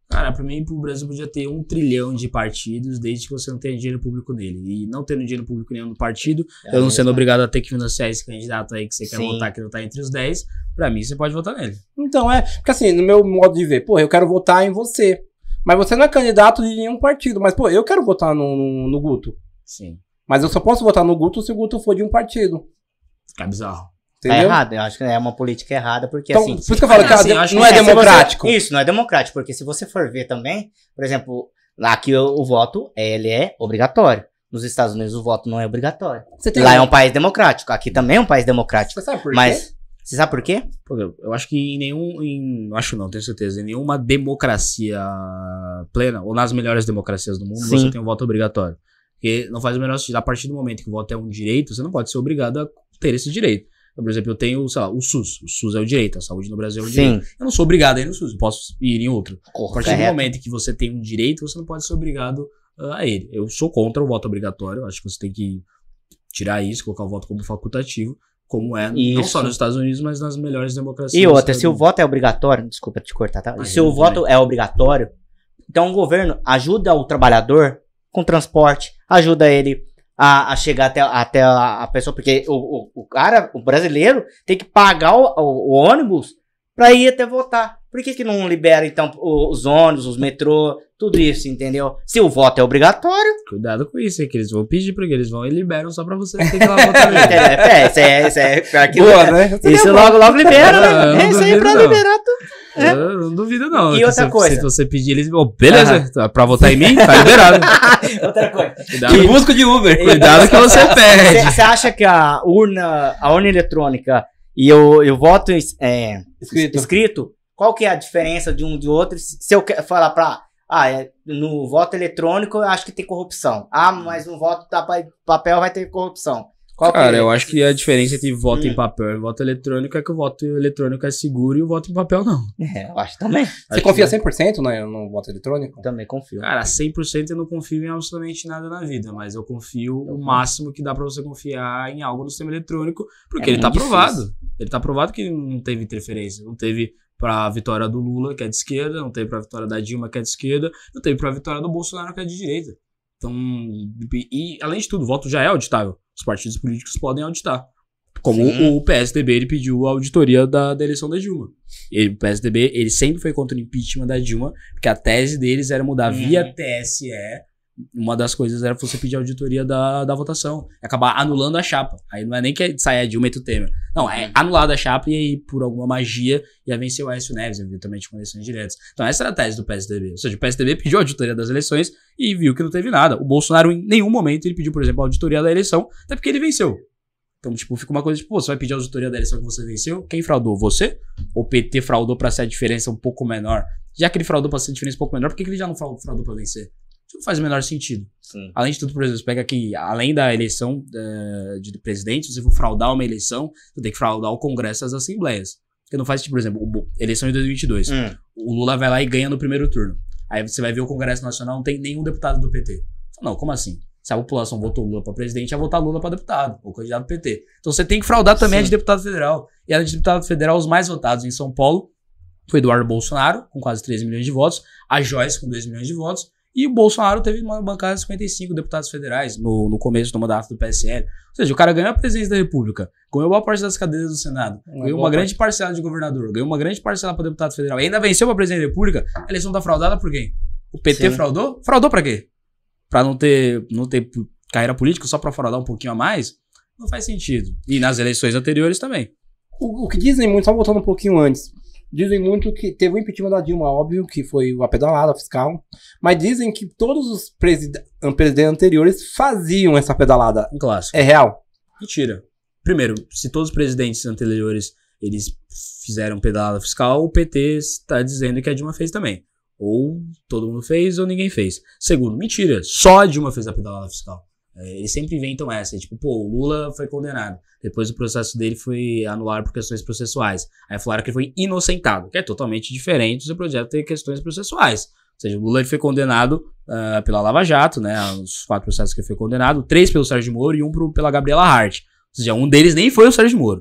Speaker 2: Cara, pra mim, o Brasil podia ter um trilhão de partidos desde que você não tenha dinheiro público nele. E não tendo dinheiro público nenhum no partido, é eu não sendo obrigado a ter que financiar esse candidato aí que você Sim. quer votar, que não tá entre os dez, pra mim você pode votar nele.
Speaker 3: Então, é, porque assim, no meu modo de ver, pô, eu quero votar em você. Mas você não é candidato de nenhum partido. Mas, pô, eu quero votar no, no, no Guto.
Speaker 2: Sim.
Speaker 3: Mas eu só posso votar no Guto se o Guto for de um partido.
Speaker 2: Fica bizarro.
Speaker 1: Entendeu? É errado, eu acho que é uma política errada, porque
Speaker 3: então,
Speaker 1: assim...
Speaker 3: Por isso que eu falo, cara,
Speaker 2: assim,
Speaker 3: não é, é democrático.
Speaker 1: Você, isso, não é democrático, porque se você for ver também, por exemplo, lá aqui o, o voto, ele é obrigatório. Nos Estados Unidos o voto não é obrigatório. Lá um... é um país democrático, aqui também é um país democrático.
Speaker 3: Você sabe por quê?
Speaker 1: Mas, você sabe por quê?
Speaker 2: Eu acho que em nenhum, em, acho não, tenho certeza, em nenhuma democracia plena, ou nas melhores democracias do mundo, Sim. você tem um voto obrigatório. Porque não faz o menor sentido, a partir do momento que o voto é um direito, você não pode ser obrigado a ter esse direito. Então, por exemplo, eu tenho, sei lá, o SUS. O SUS é o direito, a saúde no Brasil é o
Speaker 1: Sim.
Speaker 2: direito. Eu não sou obrigado a ir no SUS, eu posso ir em outro.
Speaker 1: Correto.
Speaker 2: A partir do momento que você tem um direito, você não pode ser obrigado uh, a ele. Eu sou contra o voto obrigatório, eu acho que você tem que tirar isso, colocar o voto como facultativo, como é isso. Não só nos Estados Unidos, mas nas melhores democracias.
Speaker 1: E outra, se o voto é obrigatório, desculpa te cortar, tá? Se o voto é obrigatório, então o governo ajuda o trabalhador com transporte, ajuda ele A, a chegar até, até a, a pessoa, porque o, o, o cara, o brasileiro, tem que pagar o, o, o ônibus pra ir até votar. Por que que não libera, então, os ônibus, os metrô, tudo isso, entendeu? Se o voto é obrigatório...
Speaker 2: Cuidado com isso, é que eles vão pedir, porque eles vão e liberam só pra você ter que ir lá votar mesmo.
Speaker 1: É, isso é... Isso é, é aquilo,
Speaker 3: Boa,
Speaker 1: é,
Speaker 3: né?
Speaker 1: Isso logo, logo libera, né? É isso aí pra
Speaker 2: não.
Speaker 1: liberar tudo. É.
Speaker 2: Eu não duvido, não.
Speaker 1: E outra
Speaker 2: se,
Speaker 1: coisa.
Speaker 2: Se você pedir, eles vão, beleza, uh-huh. pra votar em mim, tá liberado.
Speaker 1: Outra coisa.
Speaker 2: Cuidado,
Speaker 3: e busco de Uber.
Speaker 2: Cuidado que você perde.
Speaker 1: Você acha que a urna, a urna eletrônica e o, e o voto é,
Speaker 3: escrito.
Speaker 1: escrito, qual que é a diferença de um de outro? Se eu falar pra... Ah, é, no voto eletrônico eu acho que tem corrupção. Ah, mas no voto da papel vai ter corrupção. Qual
Speaker 2: Cara,
Speaker 1: que é?
Speaker 2: eu acho que a diferença entre voto
Speaker 1: hum.
Speaker 2: em papel e voto eletrônico é que o voto eletrônico é seguro e o voto em papel não.
Speaker 1: É, eu acho também.
Speaker 3: Você
Speaker 2: acho
Speaker 3: confia
Speaker 2: que...
Speaker 3: cem por cento no, no voto eletrônico?
Speaker 1: Também confio.
Speaker 2: Cara, cem por cento eu não confio em absolutamente nada na vida, mas eu confio o máximo que dá pra você confiar em algo no sistema eletrônico, porque é ele tá provado. Difícil. Ele tá provado que não teve interferência, não teve pra vitória do Lula, que é de esquerda, não teve pra vitória da Dilma, que é de esquerda, não teve pra vitória do Bolsonaro, que é de direita. Então, e além de tudo, o voto já é auditável. Os partidos políticos podem auditar. Como o, o P S D B, ele pediu a auditoria da, da eleição da Dilma. Ele, o P S D B, ele sempre foi contra o impeachment da Dilma, porque a tese deles era mudar uhum. via T S E. Uma das coisas era você pedir a auditoria da, da votação. Acabar anulando a chapa. Aí não é nem que saia a Dilma e o Temer. Não, é anulada a chapa e aí, por alguma magia, ia vencer o Aécio Neves, eventualmente com eleições diretas. Então essa era a tese do P S D B. Ou seja, o P S D B pediu a auditoria das eleições e viu que não teve nada. O Bolsonaro, em nenhum momento, ele pediu, por exemplo, a auditoria da eleição, até porque ele venceu. Então, tipo, fica uma coisa tipo, pô, você vai pedir a auditoria da eleição que você venceu? Quem fraudou? Você? Ou o P T fraudou pra ser a diferença um pouco menor? Já que ele fraudou pra ser a diferença um pouco menor, por que que ele já não fraudou pra vencer? Isso não faz o menor sentido. Sim. Além de tudo, por exemplo, você pega aqui, além da eleição uh, de presidente, se você for fraudar uma eleição, você tem que fraudar o Congresso e as Assembleias. Porque não faz, tipo, por exemplo, o, eleição de dois mil e vinte e dois. Hum. O Lula vai lá e ganha no primeiro turno. Aí você vai ver o Congresso Nacional, não tem nenhum deputado do P T. Não, como assim? Se a população votou Lula pra presidente, ia votar Lula pra deputado, ou candidato do P T. Então você tem que fraudar também Sim. a de deputado federal. E a de deputado federal, os mais votados em São Paulo, foi Eduardo Bolsonaro, com quase treze milhões de votos, a Joyce, com dois milhões de votos, e o Bolsonaro teve uma bancada de cinquenta e cinco deputados federais no, no começo do mandato do P S L. Ou seja, o cara ganhou a presidência da República, ganhou boa parte das cadeiras do Senado, uma ganhou uma grande parte. parcela de governador, ganhou uma grande parcela para deputado federal, e ainda venceu para presidente da República. A eleição tá fraudada por quem? O P T Sim. fraudou? Fraudou pra quê? Pra não ter, não ter carreira política só pra fraudar um pouquinho a mais? Não faz sentido. E nas eleições anteriores também.
Speaker 3: O, o que dizem muito, só voltando um pouquinho antes, dizem muito que teve o impeachment da Dilma, óbvio, que foi a pedalada fiscal, mas dizem que todos os presid- presidentes anteriores faziam essa pedalada.
Speaker 2: Um clássico.
Speaker 3: É real?
Speaker 2: Mentira. Primeiro, se todos os presidentes anteriores eles fizeram pedalada fiscal, o P T está dizendo que a Dilma fez também. Ou todo mundo fez ou ninguém fez. Segundo, mentira. Só a Dilma fez a pedalada fiscal. É, eles sempre inventam essa. Tipo, pô, o Lula foi condenado. Depois o processo dele foi anulado por questões processuais. Aí falaram que ele foi inocentado, que é totalmente diferente do seu projeto ter questões processuais. Ou seja, o Lula ele foi condenado uh, pela Lava Jato, né? Os quatro processos que ele foi condenado. Três pelo Sérgio Moro e um pro, pela Gabriela Hart. Ou seja, um deles nem foi o Sérgio Moro.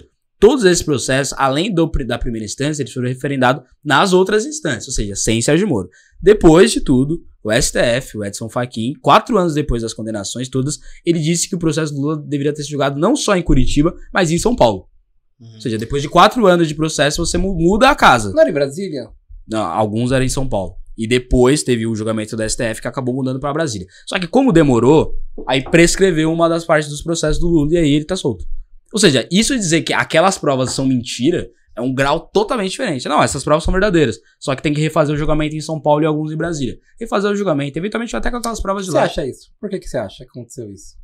Speaker 2: todos esses processos, além do, da primeira instância, eles foram referendados nas outras instâncias, ou seja, sem Sérgio Moro. Depois de tudo, o S T F, o Edson Fachin, quatro anos depois das condenações todas, ele disse que o processo do Lula deveria ter sido julgado não só em Curitiba, mas em São Paulo. Uhum. Ou seja, depois de quatro anos de processo, você muda a casa.
Speaker 3: Não era em Brasília?
Speaker 2: Não, alguns eram em São Paulo. E depois teve o julgamento do S T F que acabou mudando pra Brasília. Só que como demorou, aí prescreveu uma das partes dos processos do Lula e aí ele tá solto. Ou seja, isso dizer que aquelas provas são mentira é um grau totalmente diferente. Não, essas provas são verdadeiras. Só que tem que refazer o julgamento em São Paulo e alguns em Brasília. Refazer o julgamento, eventualmente até com aquelas provas de lá.
Speaker 3: Você acha isso? Por que, que você acha que aconteceu isso?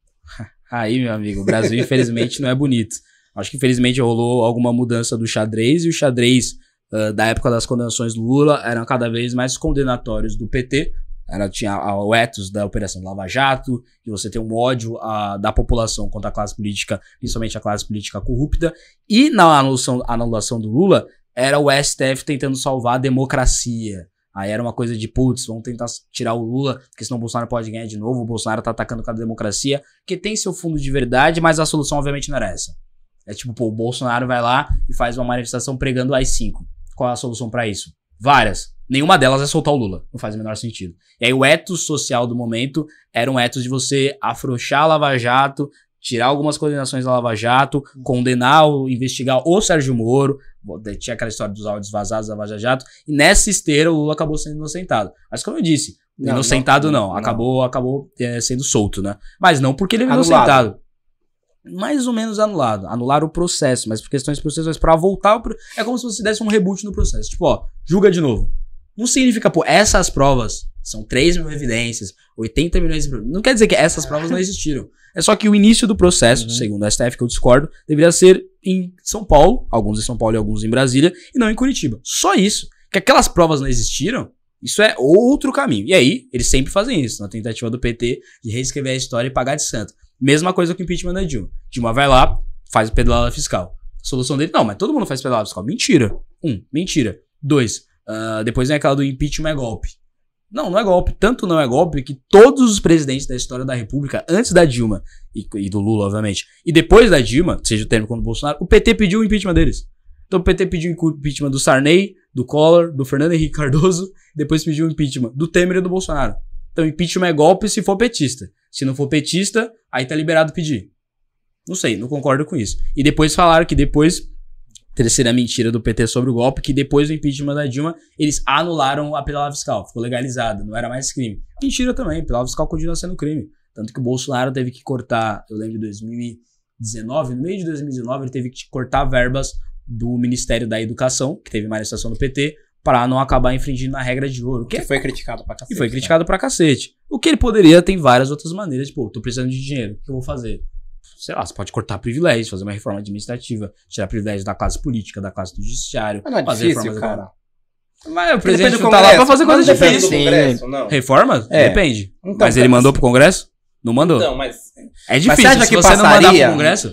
Speaker 2: Aí, meu amigo, o Brasil infelizmente não é bonito. Acho que infelizmente rolou alguma mudança do xadrez e o xadrez uh, da época das condenações do Lula eram cada vez mais condenatórios do P T. Era, tinha a, o ethos da Operação Lava Jato, e você tem um ódio a, da população contra a classe política, principalmente a classe política corrupta. E na anulação, anulação do Lula, era o S T F tentando salvar a democracia. Aí era uma coisa de, putz, vamos tentar tirar o Lula, porque senão o Bolsonaro pode ganhar de novo, o Bolsonaro tá atacando com a democracia, que tem seu fundo de verdade, mas a solução obviamente não era essa. É tipo, pô, o Bolsonaro vai lá e faz uma manifestação pregando as cinco. Qual é a solução pra isso? Várias. Nenhuma delas é soltar o Lula. Não faz o menor sentido. E aí o ethos social do momento era um ethos de você afrouxar a Lava Jato, tirar algumas condenações da Lava Jato, condenar, ou investigar o Sérgio Moro. Tinha aquela história dos áudios vazados da Lava Jato. E nessa esteira o Lula acabou sendo inocentado. Mas como eu disse, não, inocentado não. não. não. Acabou, acabou é, sendo solto, né? Mas não porque ele é inocentado. Mais ou menos anulado. Anularam o processo, mas por questões processuais pra voltar... Pro... É como se você desse um reboot no processo. Tipo, ó, julga de novo. Não significa, pô, essas provas são três mil evidências, oitenta milhões de provas. Não quer dizer que essas provas não existiram. É só que o início do processo, uhum. segundo a S T F, que eu discordo, deveria ser em São Paulo, alguns em São Paulo e alguns em Brasília, e não em Curitiba. Só isso. Que aquelas provas não existiram, isso é outro caminho. E aí, eles sempre fazem isso, na tentativa do P T de reescrever a história e pagar de santo. Mesma coisa com o impeachment da Dilma. Dilma vai lá, faz pedalada fiscal. A solução dele, não, mas todo mundo faz pedalada fiscal. Mentira. Um, mentira. Dois, Uh, depois vem aquela do impeachment é golpe. Não, não é golpe. Tanto não é golpe que todos os presidentes da história da República, antes da Dilma, e, e do Lula, obviamente, e depois da Dilma, seja o termo como do Bolsonaro, o P T pediu o impeachment deles. Então o P T pediu o impeachment do Sarney, do Collor, do Fernando Henrique Cardoso, depois pediu o impeachment do Temer e do Bolsonaro. Então impeachment é golpe se for petista. Se não for petista, aí tá liberado pedir. Não sei, não concordo com isso. E depois falaram que depois... Terceira mentira do P T sobre o golpe, que depois do impeachment da Dilma, eles anularam a pedalada fiscal. Ficou legalizado, não era mais crime. Mentira também, pedalada fiscal continua sendo crime. Tanto que o Bolsonaro teve que cortar, eu lembro de dois mil e dezenove, no meio de dois mil e dezenove, ele teve que cortar verbas do Ministério da Educação, que teve manifestação do P T, para não acabar infringindo a regra de ouro. Que,
Speaker 3: que foi criticado pra cacete.
Speaker 2: E foi criticado né? pra cacete. O que ele poderia, tem várias outras maneiras, tipo, tô precisando de dinheiro, o que eu vou fazer? Sei lá, você pode cortar privilégios, fazer uma reforma administrativa, tirar privilégios da classe política, da classe do judiciário.
Speaker 3: Mas não é
Speaker 2: fazer
Speaker 3: difícil, cara.
Speaker 2: Da... Mas o presidente não tá lá pra fazer coisa difícil.
Speaker 3: Congresso, não.
Speaker 2: Reformas?
Speaker 3: É.
Speaker 2: Depende.
Speaker 3: Então,
Speaker 2: mas ele mandou pro Congresso? Não mandou.
Speaker 3: Não, mas...
Speaker 2: É difícil.
Speaker 3: Mas você acha
Speaker 2: se
Speaker 3: que
Speaker 2: você
Speaker 3: passaria?
Speaker 2: não mandar pro Congresso...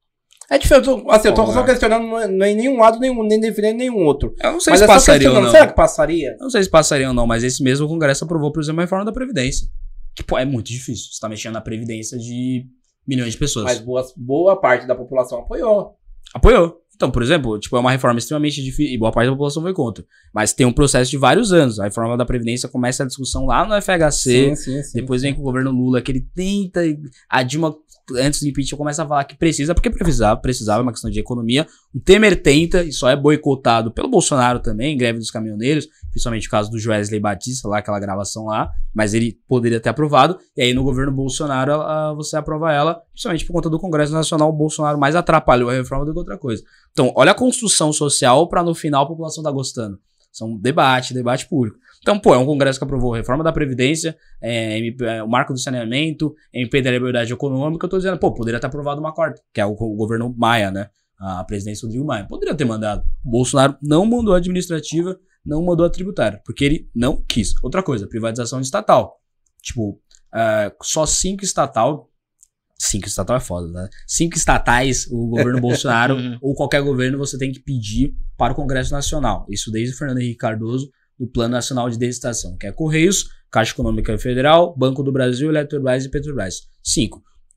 Speaker 3: É difícil. Eu tô, assim, eu tô só questionando, não é em nenhum lado, nenhum, nem defendendo nenhum outro.
Speaker 2: Eu não sei
Speaker 3: mas
Speaker 2: se
Speaker 3: é
Speaker 2: passaria ou não.
Speaker 3: Será que passaria?
Speaker 2: Eu não sei se passaria ou não, mas esse mesmo Congresso aprovou, por exemplo, a reforma da Previdência. Que, pô, é muito difícil. Você tá mexendo na Previdência de... milhões de pessoas.
Speaker 3: Mas boa, boa parte da população apoiou.
Speaker 2: Apoiou. Então, por exemplo, tipo, é uma reforma extremamente difícil e boa parte da população foi contra. Mas tem um processo de vários anos. A reforma da Previdência começa a discussão lá no F H C.
Speaker 3: Sim, sim, sim,
Speaker 2: depois
Speaker 3: sim.
Speaker 2: vem com o governo Lula, que ele tenta... A Dilma, antes do impeachment, começa a falar que precisa, porque precisava, precisava, é uma questão de economia. O Temer tenta e só é boicotado pelo Bolsonaro também, greve dos caminhoneiros, principalmente o caso do Joesley Batista, lá, aquela gravação lá. Mas ele poderia ter aprovado. E aí no governo Bolsonaro a, você aprova ela, principalmente por conta do Congresso Nacional. O Bolsonaro mais atrapalhou a reforma do que outra coisa. Então, olha a construção social pra no final a população tá gostando. São debate, debate público. Então, pô, é um congresso que aprovou a reforma da Previdência, é, M P, é, o marco do saneamento, M P da liberdade econômica. Eu tô dizendo, pô, poderia ter aprovado uma quarta, que é o, o governo Maia, né? A presidência do Rodrigo Maia. Poderia ter mandado. O Bolsonaro não mandou a administrativa, não mandou a tributária, porque ele não quis. Outra coisa, privatização estatal. Tipo, uh, só cinco estatal... Cinco estatal é foda, né? Cinco estatais, o governo Bolsonaro ou qualquer governo, você tem que pedir para o Congresso Nacional. Isso desde o Fernando Henrique Cardoso, do Plano Nacional de Desestação, que é Correios, Caixa Econômica Federal, Banco do Brasil, Eletrobras e Petrobras. Cinco.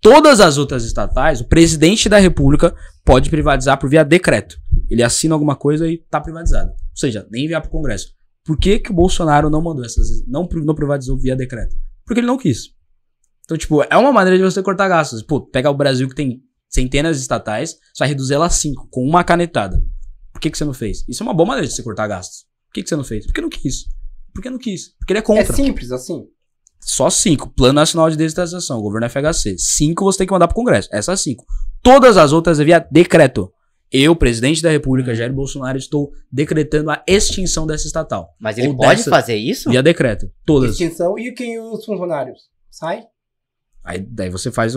Speaker 2: Todas as outras estatais, o presidente da república pode privatizar por via decreto. Ele assina alguma coisa e tá privatizado. Ou seja, nem enviar pro Congresso. Por que que o Bolsonaro não mandou essas, não, não privatizou via decreto? Porque ele não quis. Então, tipo, é uma maneira de você cortar gastos. Pô, pega o Brasil que tem centenas de estatais, você vai reduzir ela a cinco, com uma canetada. Por que que você não fez? Isso é uma boa maneira de você cortar gastos. Por que que você não fez? Porque não quis. Porque não quis. Porque ele é contra.
Speaker 4: É simples assim?
Speaker 2: Só cinco. Plano Nacional de Desestatização, governo F H C. Cinco você tem que mandar pro Congresso. Essas cinco. Todas as outras é via decreto. Eu, presidente da República, Jair Bolsonaro, estou decretando a extinção dessa estatal.
Speaker 1: Mas ele
Speaker 2: Ou
Speaker 1: pode
Speaker 2: dessa,
Speaker 1: fazer isso?
Speaker 2: Via decreto. Todas.
Speaker 4: Extinção e quem os funcionários? Sai?
Speaker 2: Aí daí você faz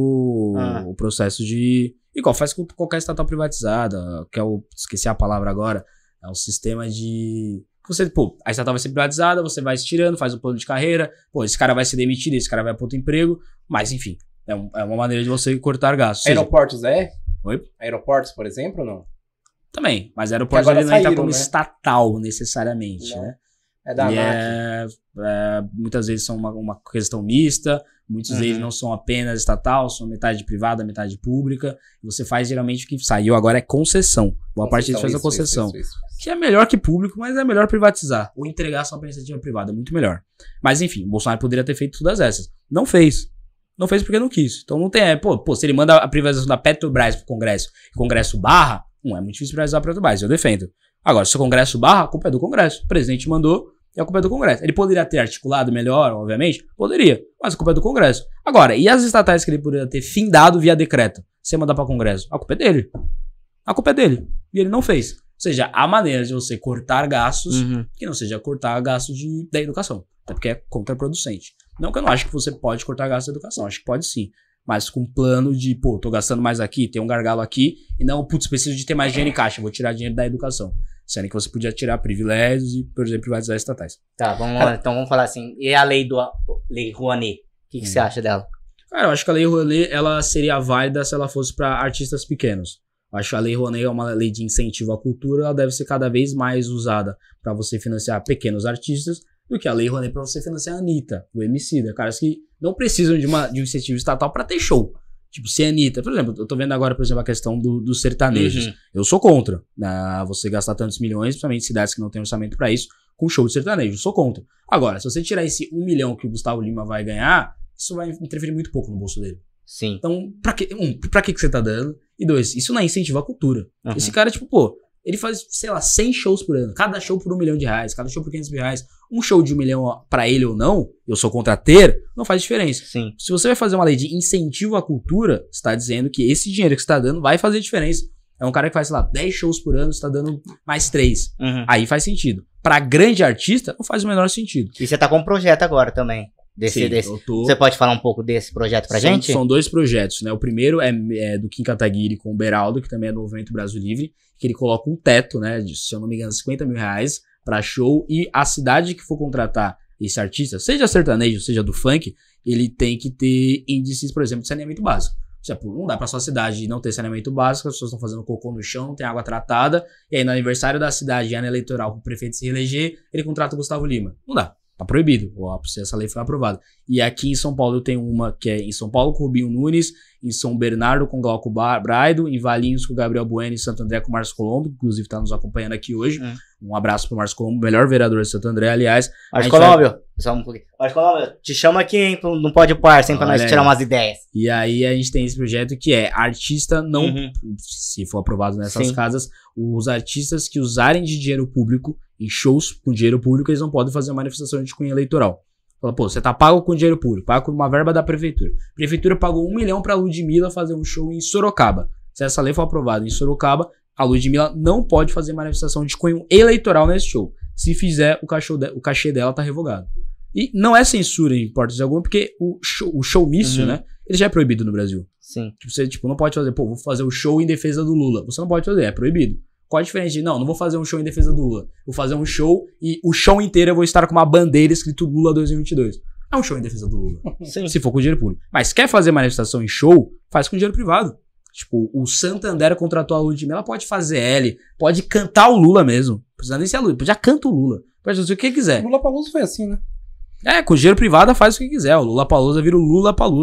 Speaker 2: o,
Speaker 1: Ah.
Speaker 2: o processo de... Igual faz com qualquer estatal privatizada, que é o... Esqueci a palavra agora. É um sistema de... Você, pô, a estatal vai ser privatizada, você vai se tirando, faz um plano de carreira, pô, esse cara vai ser demitido, esse cara vai para outro emprego, mas enfim, é, um, é uma maneira de você cortar gastos. Ou seja,
Speaker 4: Aeroportos é?
Speaker 2: Oi?
Speaker 4: Aeroportos, por exemplo, ou não?
Speaker 2: Também, mas aeroportos
Speaker 4: agora
Speaker 2: ele não entra
Speaker 4: saíram,
Speaker 2: como
Speaker 4: né?
Speaker 2: estatal, necessariamente,
Speaker 4: Não.
Speaker 2: né?
Speaker 4: É da
Speaker 2: E
Speaker 4: ANAC.
Speaker 2: é, é, muitas vezes são uma, uma questão mista, muitos
Speaker 1: Uhum.
Speaker 2: deles não são apenas estatal, são metade privada, metade pública. E você faz geralmente o que saiu agora é concessão. Boa parte deles faz a
Speaker 4: Isso,
Speaker 2: concessão.
Speaker 4: isso, isso, isso.
Speaker 2: Que é melhor que público, mas é melhor privatizar. Ou entregar só para iniciativa privada, é muito melhor. Mas enfim, o Bolsonaro poderia ter feito todas essas. Não fez. Não fez porque não quis. Então não tem. É, pô, pô, se ele manda a privatização da Petrobras pro Congresso e o Congresso barra, não é muito difícil privatizar a Petrobras, eu defendo. Agora, se o Congresso barra, a culpa é do Congresso. O presidente mandou e a culpa é do Congresso. Ele poderia ter articulado melhor, obviamente? Poderia. Mas a culpa é do Congresso. Agora, e as estatais que ele poderia ter findado via decreto? Sem mandar para o Congresso? A culpa é dele. A culpa é dele. E ele não fez. Ou seja, há maneiras de você cortar gastos
Speaker 1: Uhum.
Speaker 2: que não seja cortar gastos de, da educação. Até porque é contraproducente. Não que eu não acho que você pode cortar gastos da educação. Acho que pode sim. Mas com um plano de, pô, tô gastando mais aqui, tem um gargalo aqui, e não, putz, preciso de ter mais dinheiro em caixa, vou tirar dinheiro da educação. Sendo que você podia tirar privilégios e, por exemplo, privatizar estatais.
Speaker 1: Tá, vamos lá. Então vamos falar assim. E a lei do Lei Rouanet? O que, que
Speaker 2: Hum.
Speaker 1: você acha dela?
Speaker 2: Cara, eu acho que a Lei Rouanet, ela seria válida se ela fosse para artistas pequenos. Eu acho que a Lei Rouanet é uma lei de incentivo à cultura, ela deve ser cada vez mais usada para você financiar pequenos artistas do que a Lei Rouanet para você financiar a Anitta, o Emicida, caras que não precisam de, uma, de um incentivo estatal para ter show. Tipo, se a Anitta, por exemplo, eu tô vendo agora, por exemplo, a questão do, dos sertanejos.
Speaker 1: Uhum.
Speaker 2: Eu sou contra, né, você gastar tantos milhões, principalmente em cidades que não têm orçamento para isso, com show de sertanejo. Eu sou contra. Agora, se você tirar esse um milhão que o Gustavo Lima vai ganhar, isso vai interferir muito pouco no bolso dele.
Speaker 1: Sim.
Speaker 2: Então, pra que, um, pra que que você tá dando? E dois, isso não é incentivo à cultura.
Speaker 1: Uhum.
Speaker 2: Esse cara, tipo, pô, ele faz, sei lá, cem shows por ano. Cada show por um milhão de reais, cada show por quinhentos mil reais. Um show de um milhão pra ele ou não, eu sou contra ter, não faz diferença.
Speaker 1: Sim.
Speaker 2: Se você vai fazer uma lei de incentivo à cultura, você tá dizendo que esse dinheiro que você tá dando vai fazer diferença. É um cara que faz, sei lá, dez shows por ano, você tá dando mais três.
Speaker 1: Uhum.
Speaker 2: Aí faz sentido. Pra grande artista, não faz o menor sentido.
Speaker 1: E você tá com um projeto agora também. Desse,
Speaker 2: Sim,
Speaker 1: desse.
Speaker 2: eu tô...
Speaker 1: Você pode falar um pouco desse projeto pra
Speaker 2: são,
Speaker 1: gente?
Speaker 2: São dois projetos, né? O primeiro é, é do Kim Kataguiri com o Beraldo, que também é do Movimento Brasil Livre, que ele coloca um teto, né? De, se eu não me engano, cinquenta mil reais pra show, e a cidade que for contratar esse artista, seja sertanejo, seja do funk, ele tem que ter índices, por exemplo, de saneamento básico. Tipo, não dá pra sua cidade não ter saneamento básico, as pessoas estão fazendo cocô no chão, não tem água tratada, e aí no aniversário da cidade, ano eleitoral, pro prefeito se reeleger, ele contrata o Gustavo Lima. Não dá. Tá proibido, essa lei foi aprovada. E aqui em São Paulo eu tenho uma que é em São Paulo com o Rubinho Nunes, em São Bernardo com o Glauco Braido, em Valinhos com o Gabriel Bueno, em Santo André com o Márcio Colombo, que inclusive tá nos acompanhando aqui hoje.
Speaker 1: Hum.
Speaker 2: Um abraço pro Márcio Colombo, melhor vereador de Santo André, aliás.
Speaker 1: Márcio
Speaker 2: A gente
Speaker 1: Colombo, só um pouquinho. Márcio Colombo, te chama aqui, hein, pro- não pode par, sem pra
Speaker 2: Olha
Speaker 1: nós
Speaker 2: aí.
Speaker 1: tirar umas ideias.
Speaker 2: E aí a gente tem esse projeto que é artista não,
Speaker 1: Uhum.
Speaker 2: se for aprovado nessas
Speaker 1: Sim.
Speaker 2: casas, os artistas que usarem de dinheiro público em shows com dinheiro público, eles não podem fazer manifestação de cunho eleitoral. Fala, pô, você tá pago com dinheiro público, pago com uma verba da prefeitura. A prefeitura pagou um milhão pra Ludmilla fazer um show em Sorocaba. Se essa lei for aprovada em Sorocaba, a Ludmilla não pode fazer manifestação de cunho eleitoral nesse show. Se fizer, o, cachô de, o cachê dela tá revogado. E não é censura em hipótese alguma, porque o, show, o showmício,
Speaker 1: Uhum.
Speaker 2: né, ele já é proibido no Brasil.
Speaker 1: Sim.
Speaker 2: Tipo, você tipo, não pode fazer, pô, vou fazer o show em defesa do Lula. Você não pode fazer, é proibido. Qual a diferença de, não, não vou fazer um show em defesa do Lula. Vou fazer um show e o show inteiro eu vou estar com uma bandeira escrito Lula dois mil e vinte e dois. É um show em defesa do Lula.
Speaker 1: Sim.
Speaker 2: Se for com dinheiro público. Mas quer fazer manifestação em show, faz com dinheiro privado. Tipo, o Santander contratou a Ludmilla, ela pode fazer L, pode cantar o Lula mesmo. Não precisa nem ser a Lula, já canta o Lula. Pode fazer o que quiser.
Speaker 4: Lula Palusa foi assim, né?
Speaker 2: É, com dinheiro privado faz o que quiser. O Lula Palusa vira o Lula Palusa.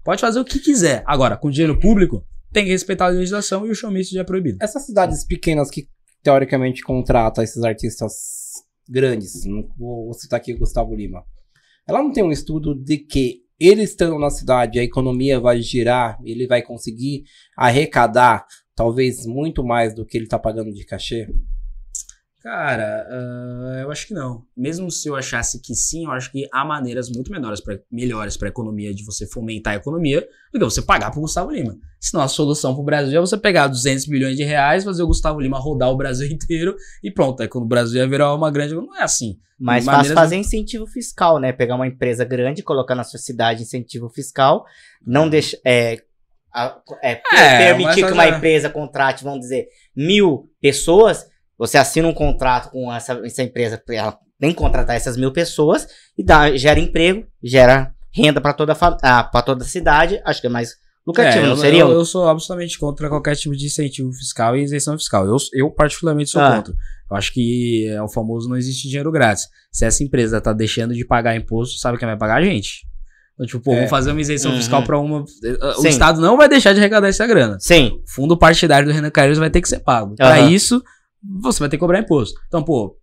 Speaker 2: Pode fazer o que quiser. Agora, com dinheiro público, tem que respeitar a legislação e o showmício já é proibido.
Speaker 4: Essas cidades pequenas que teoricamente contratam esses artistas grandes, não vou citar aqui o Gustavo Lima, ela não tem um estudo de que ele estando na cidade, a economia vai girar, ele vai conseguir arrecadar talvez muito mais do que ele tá pagando de cachê?
Speaker 2: Cara, uh, eu acho que não. Mesmo se eu achasse que sim, eu acho que há maneiras muito menores pra, melhores para a economia de você fomentar a economia do que você pagar pro Gustavo Lima. Senão a solução pro Brasil é você pegar duzentos milhões de reais, fazer o Gustavo Lima rodar o Brasil inteiro e pronto. Aí quando o Brasil ia virar uma grande... Não é assim.
Speaker 1: Mas fácil fazer incentivo fiscal, né? Pegar uma empresa grande, colocar na sua cidade incentivo fiscal, não deixar... É, a, é, é, permitir que uma é... empresa contrate, vamos dizer, mil pessoas... Você assina um contrato com essa, essa empresa para ela nem contratar essas mil pessoas e dá, gera emprego, gera renda para toda, ah, para toda a cidade. Acho que é mais lucrativo,
Speaker 2: é,
Speaker 1: não
Speaker 2: eu,
Speaker 1: seria?
Speaker 2: Eu, eu sou absolutamente contra qualquer tipo de incentivo fiscal e isenção fiscal. Eu, eu particularmente sou ah. contra. Eu acho que é o famoso não existe dinheiro grátis. Se essa empresa tá deixando de pagar imposto, sabe quem vai pagar? A gente. Então, tipo, pô, é. vamos fazer uma isenção uhum. fiscal para uma... O Sim. Estado não vai deixar de arrecadar essa grana.
Speaker 1: Sim.
Speaker 2: O fundo partidário do Renan Calheiros vai ter que ser pago. Uhum. Para isso... você vai ter que cobrar imposto. Então, pô,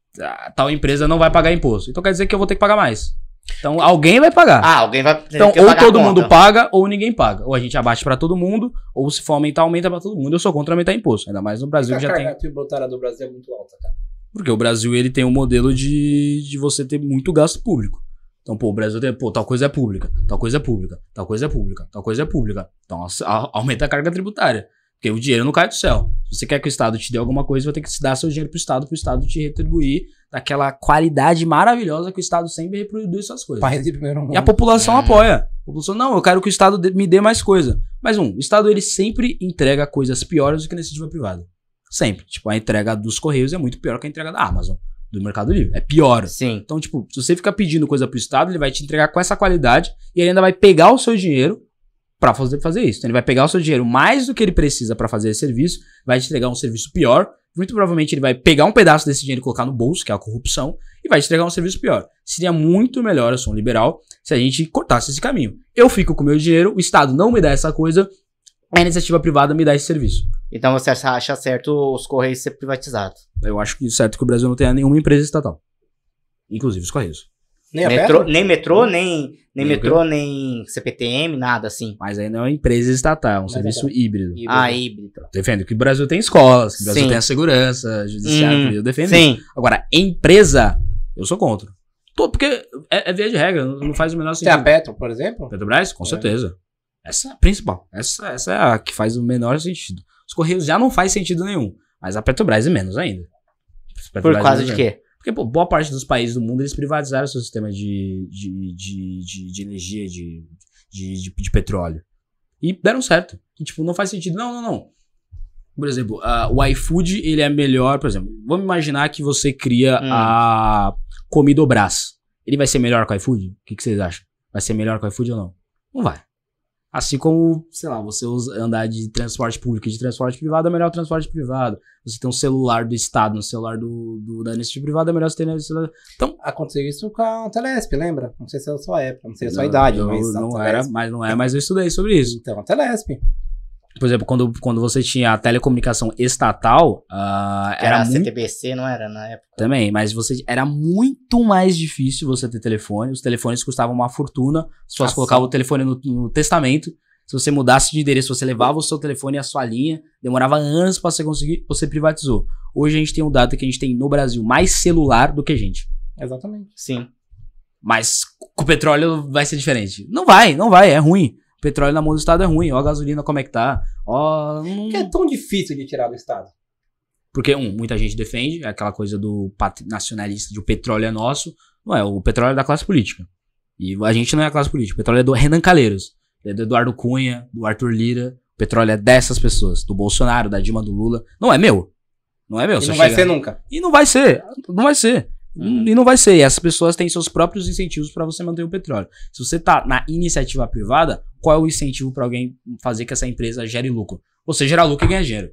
Speaker 2: tal empresa não vai pagar imposto. Então quer dizer que eu vou ter que pagar mais. Então alguém vai pagar.
Speaker 1: Ah, alguém vai ter
Speaker 2: então,
Speaker 1: que
Speaker 2: ou
Speaker 1: pagar
Speaker 2: todo
Speaker 1: a
Speaker 2: mundo
Speaker 1: conta.
Speaker 2: paga, ou ninguém paga. Ou a gente abate pra todo mundo, ou se for aumentar, aumenta pra todo mundo. Eu sou contra aumentar imposto. Ainda mais no Brasil que já tem...
Speaker 4: A carga tributária do Brasil é muito alta, cara.
Speaker 2: Porque o Brasil, ele tem um modelo de, de você ter muito gasto público. Então, pô, o Brasil tem, pô, tal coisa é pública, tal coisa é pública, tal coisa é pública, tal coisa é pública. Então, a, aumenta a carga tributária. Porque o dinheiro não cai do céu. Se você quer que o Estado te dê alguma coisa, você vai ter que dar seu dinheiro pro Estado, pro Estado te retribuir daquela qualidade maravilhosa que o Estado sempre reproduz essas coisas.
Speaker 4: País de primeiro mundo.
Speaker 2: E a população é. apoia. A população, não, eu quero que o Estado me dê mais coisa. Mas um, o Estado, ele sempre entrega coisas piores do que a iniciativa privada. Sempre. Tipo, a entrega dos Correios é muito pior que a entrega da Amazon, do Mercado Livre. É pior.
Speaker 1: Sim.
Speaker 2: Então, tipo, se você ficar pedindo coisa pro Estado, ele vai te entregar com essa qualidade e ele ainda vai pegar o seu dinheiro pra fazer, fazer isso. Então ele vai pegar o seu dinheiro mais do que ele precisa pra fazer esse serviço, vai te entregar um serviço pior, muito provavelmente ele vai pegar um pedaço desse dinheiro e colocar no bolso, que é a corrupção, e vai te entregar um serviço pior. Seria muito melhor, eu sou um liberal, se a gente cortasse esse caminho. Eu fico com o meu dinheiro, o Estado não me dá essa coisa, a iniciativa privada me dá esse serviço.
Speaker 1: Então você acha certo os Correios ser privatizados?
Speaker 2: Eu acho que certo que o Brasil não tenha nenhuma empresa estatal. Inclusive os Correios.
Speaker 1: Nem metrô, nem metrô, nem, nem metrô, nem C P T M, nada assim.
Speaker 2: Mas aí não é uma empresa estatal, é um Mas serviço é híbrido.
Speaker 1: híbrido. Ah, híbrido.
Speaker 2: Defendo que o Brasil tem escolas, que o Brasil Sim. tem a segurança judiciária, hum, eu defendo
Speaker 1: Sim.
Speaker 2: isso. Agora, empresa, eu sou contra. Tô, porque é, é via de regra, não faz o menor sentido.
Speaker 4: Tem a Petro, por exemplo?
Speaker 2: Petrobras? Com é. certeza. Essa é a principal. Essa, essa é a que faz o menor sentido. Os Correios já não faz sentido nenhum, mas a Petrobras é menos ainda.
Speaker 1: Petrobras Por causa é de quê?
Speaker 2: Porque, pô, boa parte dos países do mundo, eles privatizaram o seu sistema de, de, de, de, de energia, de, de, de, de petróleo. E deram certo. E, tipo, não faz sentido. Não, não, não. Por exemplo, uh, o iFood, ele é melhor, por exemplo, vamos imaginar que você cria hum. a Comidobras. Ele vai ser melhor que o iFood? O que, que vocês acham? Vai ser melhor que o iFood ou não? Não vai. Assim como, sei lá, você usa, andar de transporte público e de transporte privado, é melhor o transporte privado. Você tem um celular do Estado no celular do, do, da iniciativa privada, é melhor você ter no celular. Então,
Speaker 4: aconteceu isso com a Telesp, lembra? Não sei se é a sua época, não sei a sua não, idade,
Speaker 2: eu,
Speaker 4: mas
Speaker 2: não era, mas não é, mas eu estudei sobre isso.
Speaker 4: Então, a Telesp.
Speaker 2: Por exemplo, quando, quando você tinha a telecomunicação estatal, uh,
Speaker 1: era,
Speaker 2: era
Speaker 1: a
Speaker 2: muito...
Speaker 1: C T B C, não era na época?
Speaker 2: Também, mas você era muito mais difícil você ter telefone. Os telefones custavam uma fortuna. As pessoas
Speaker 1: Ah,
Speaker 2: colocavam
Speaker 1: sim.
Speaker 2: o telefone no, no testamento. Se você mudasse de endereço, você levava o seu telefone e a sua linha. Demorava anos pra você conseguir, você privatizou. Hoje a gente tem um dado que a gente tem no Brasil mais celular do que gente.
Speaker 4: Exatamente.
Speaker 1: Sim.
Speaker 2: Mas com o petróleo vai ser diferente. Não vai, não vai, é ruim. O petróleo na mão do Estado é ruim. Ó a gasolina como é que tá. Ó... Hum...
Speaker 4: Por que é tão difícil de tirar do Estado?
Speaker 2: Porque, um, muita gente defende, é aquela coisa do pat- nacionalista de o petróleo é nosso. Não é, o petróleo é da classe política. E a gente não é a classe política. O petróleo é do Renan Calheiros, é do Eduardo Cunha, do Arthur Lira. O petróleo é dessas pessoas, do Bolsonaro, da Dilma, do Lula. Não é meu. Não é meu.
Speaker 4: E
Speaker 2: Se
Speaker 4: não
Speaker 2: eu
Speaker 4: vai
Speaker 2: chegar-
Speaker 4: ser nunca.
Speaker 2: E não vai ser. Não vai ser.
Speaker 1: Uhum.
Speaker 2: E não vai ser. E essas pessoas têm seus próprios incentivos pra você manter o petróleo. Se você tá na iniciativa privada, qual é o incentivo pra alguém fazer que essa empresa gere lucro? Você gerar lucro e ganhar dinheiro.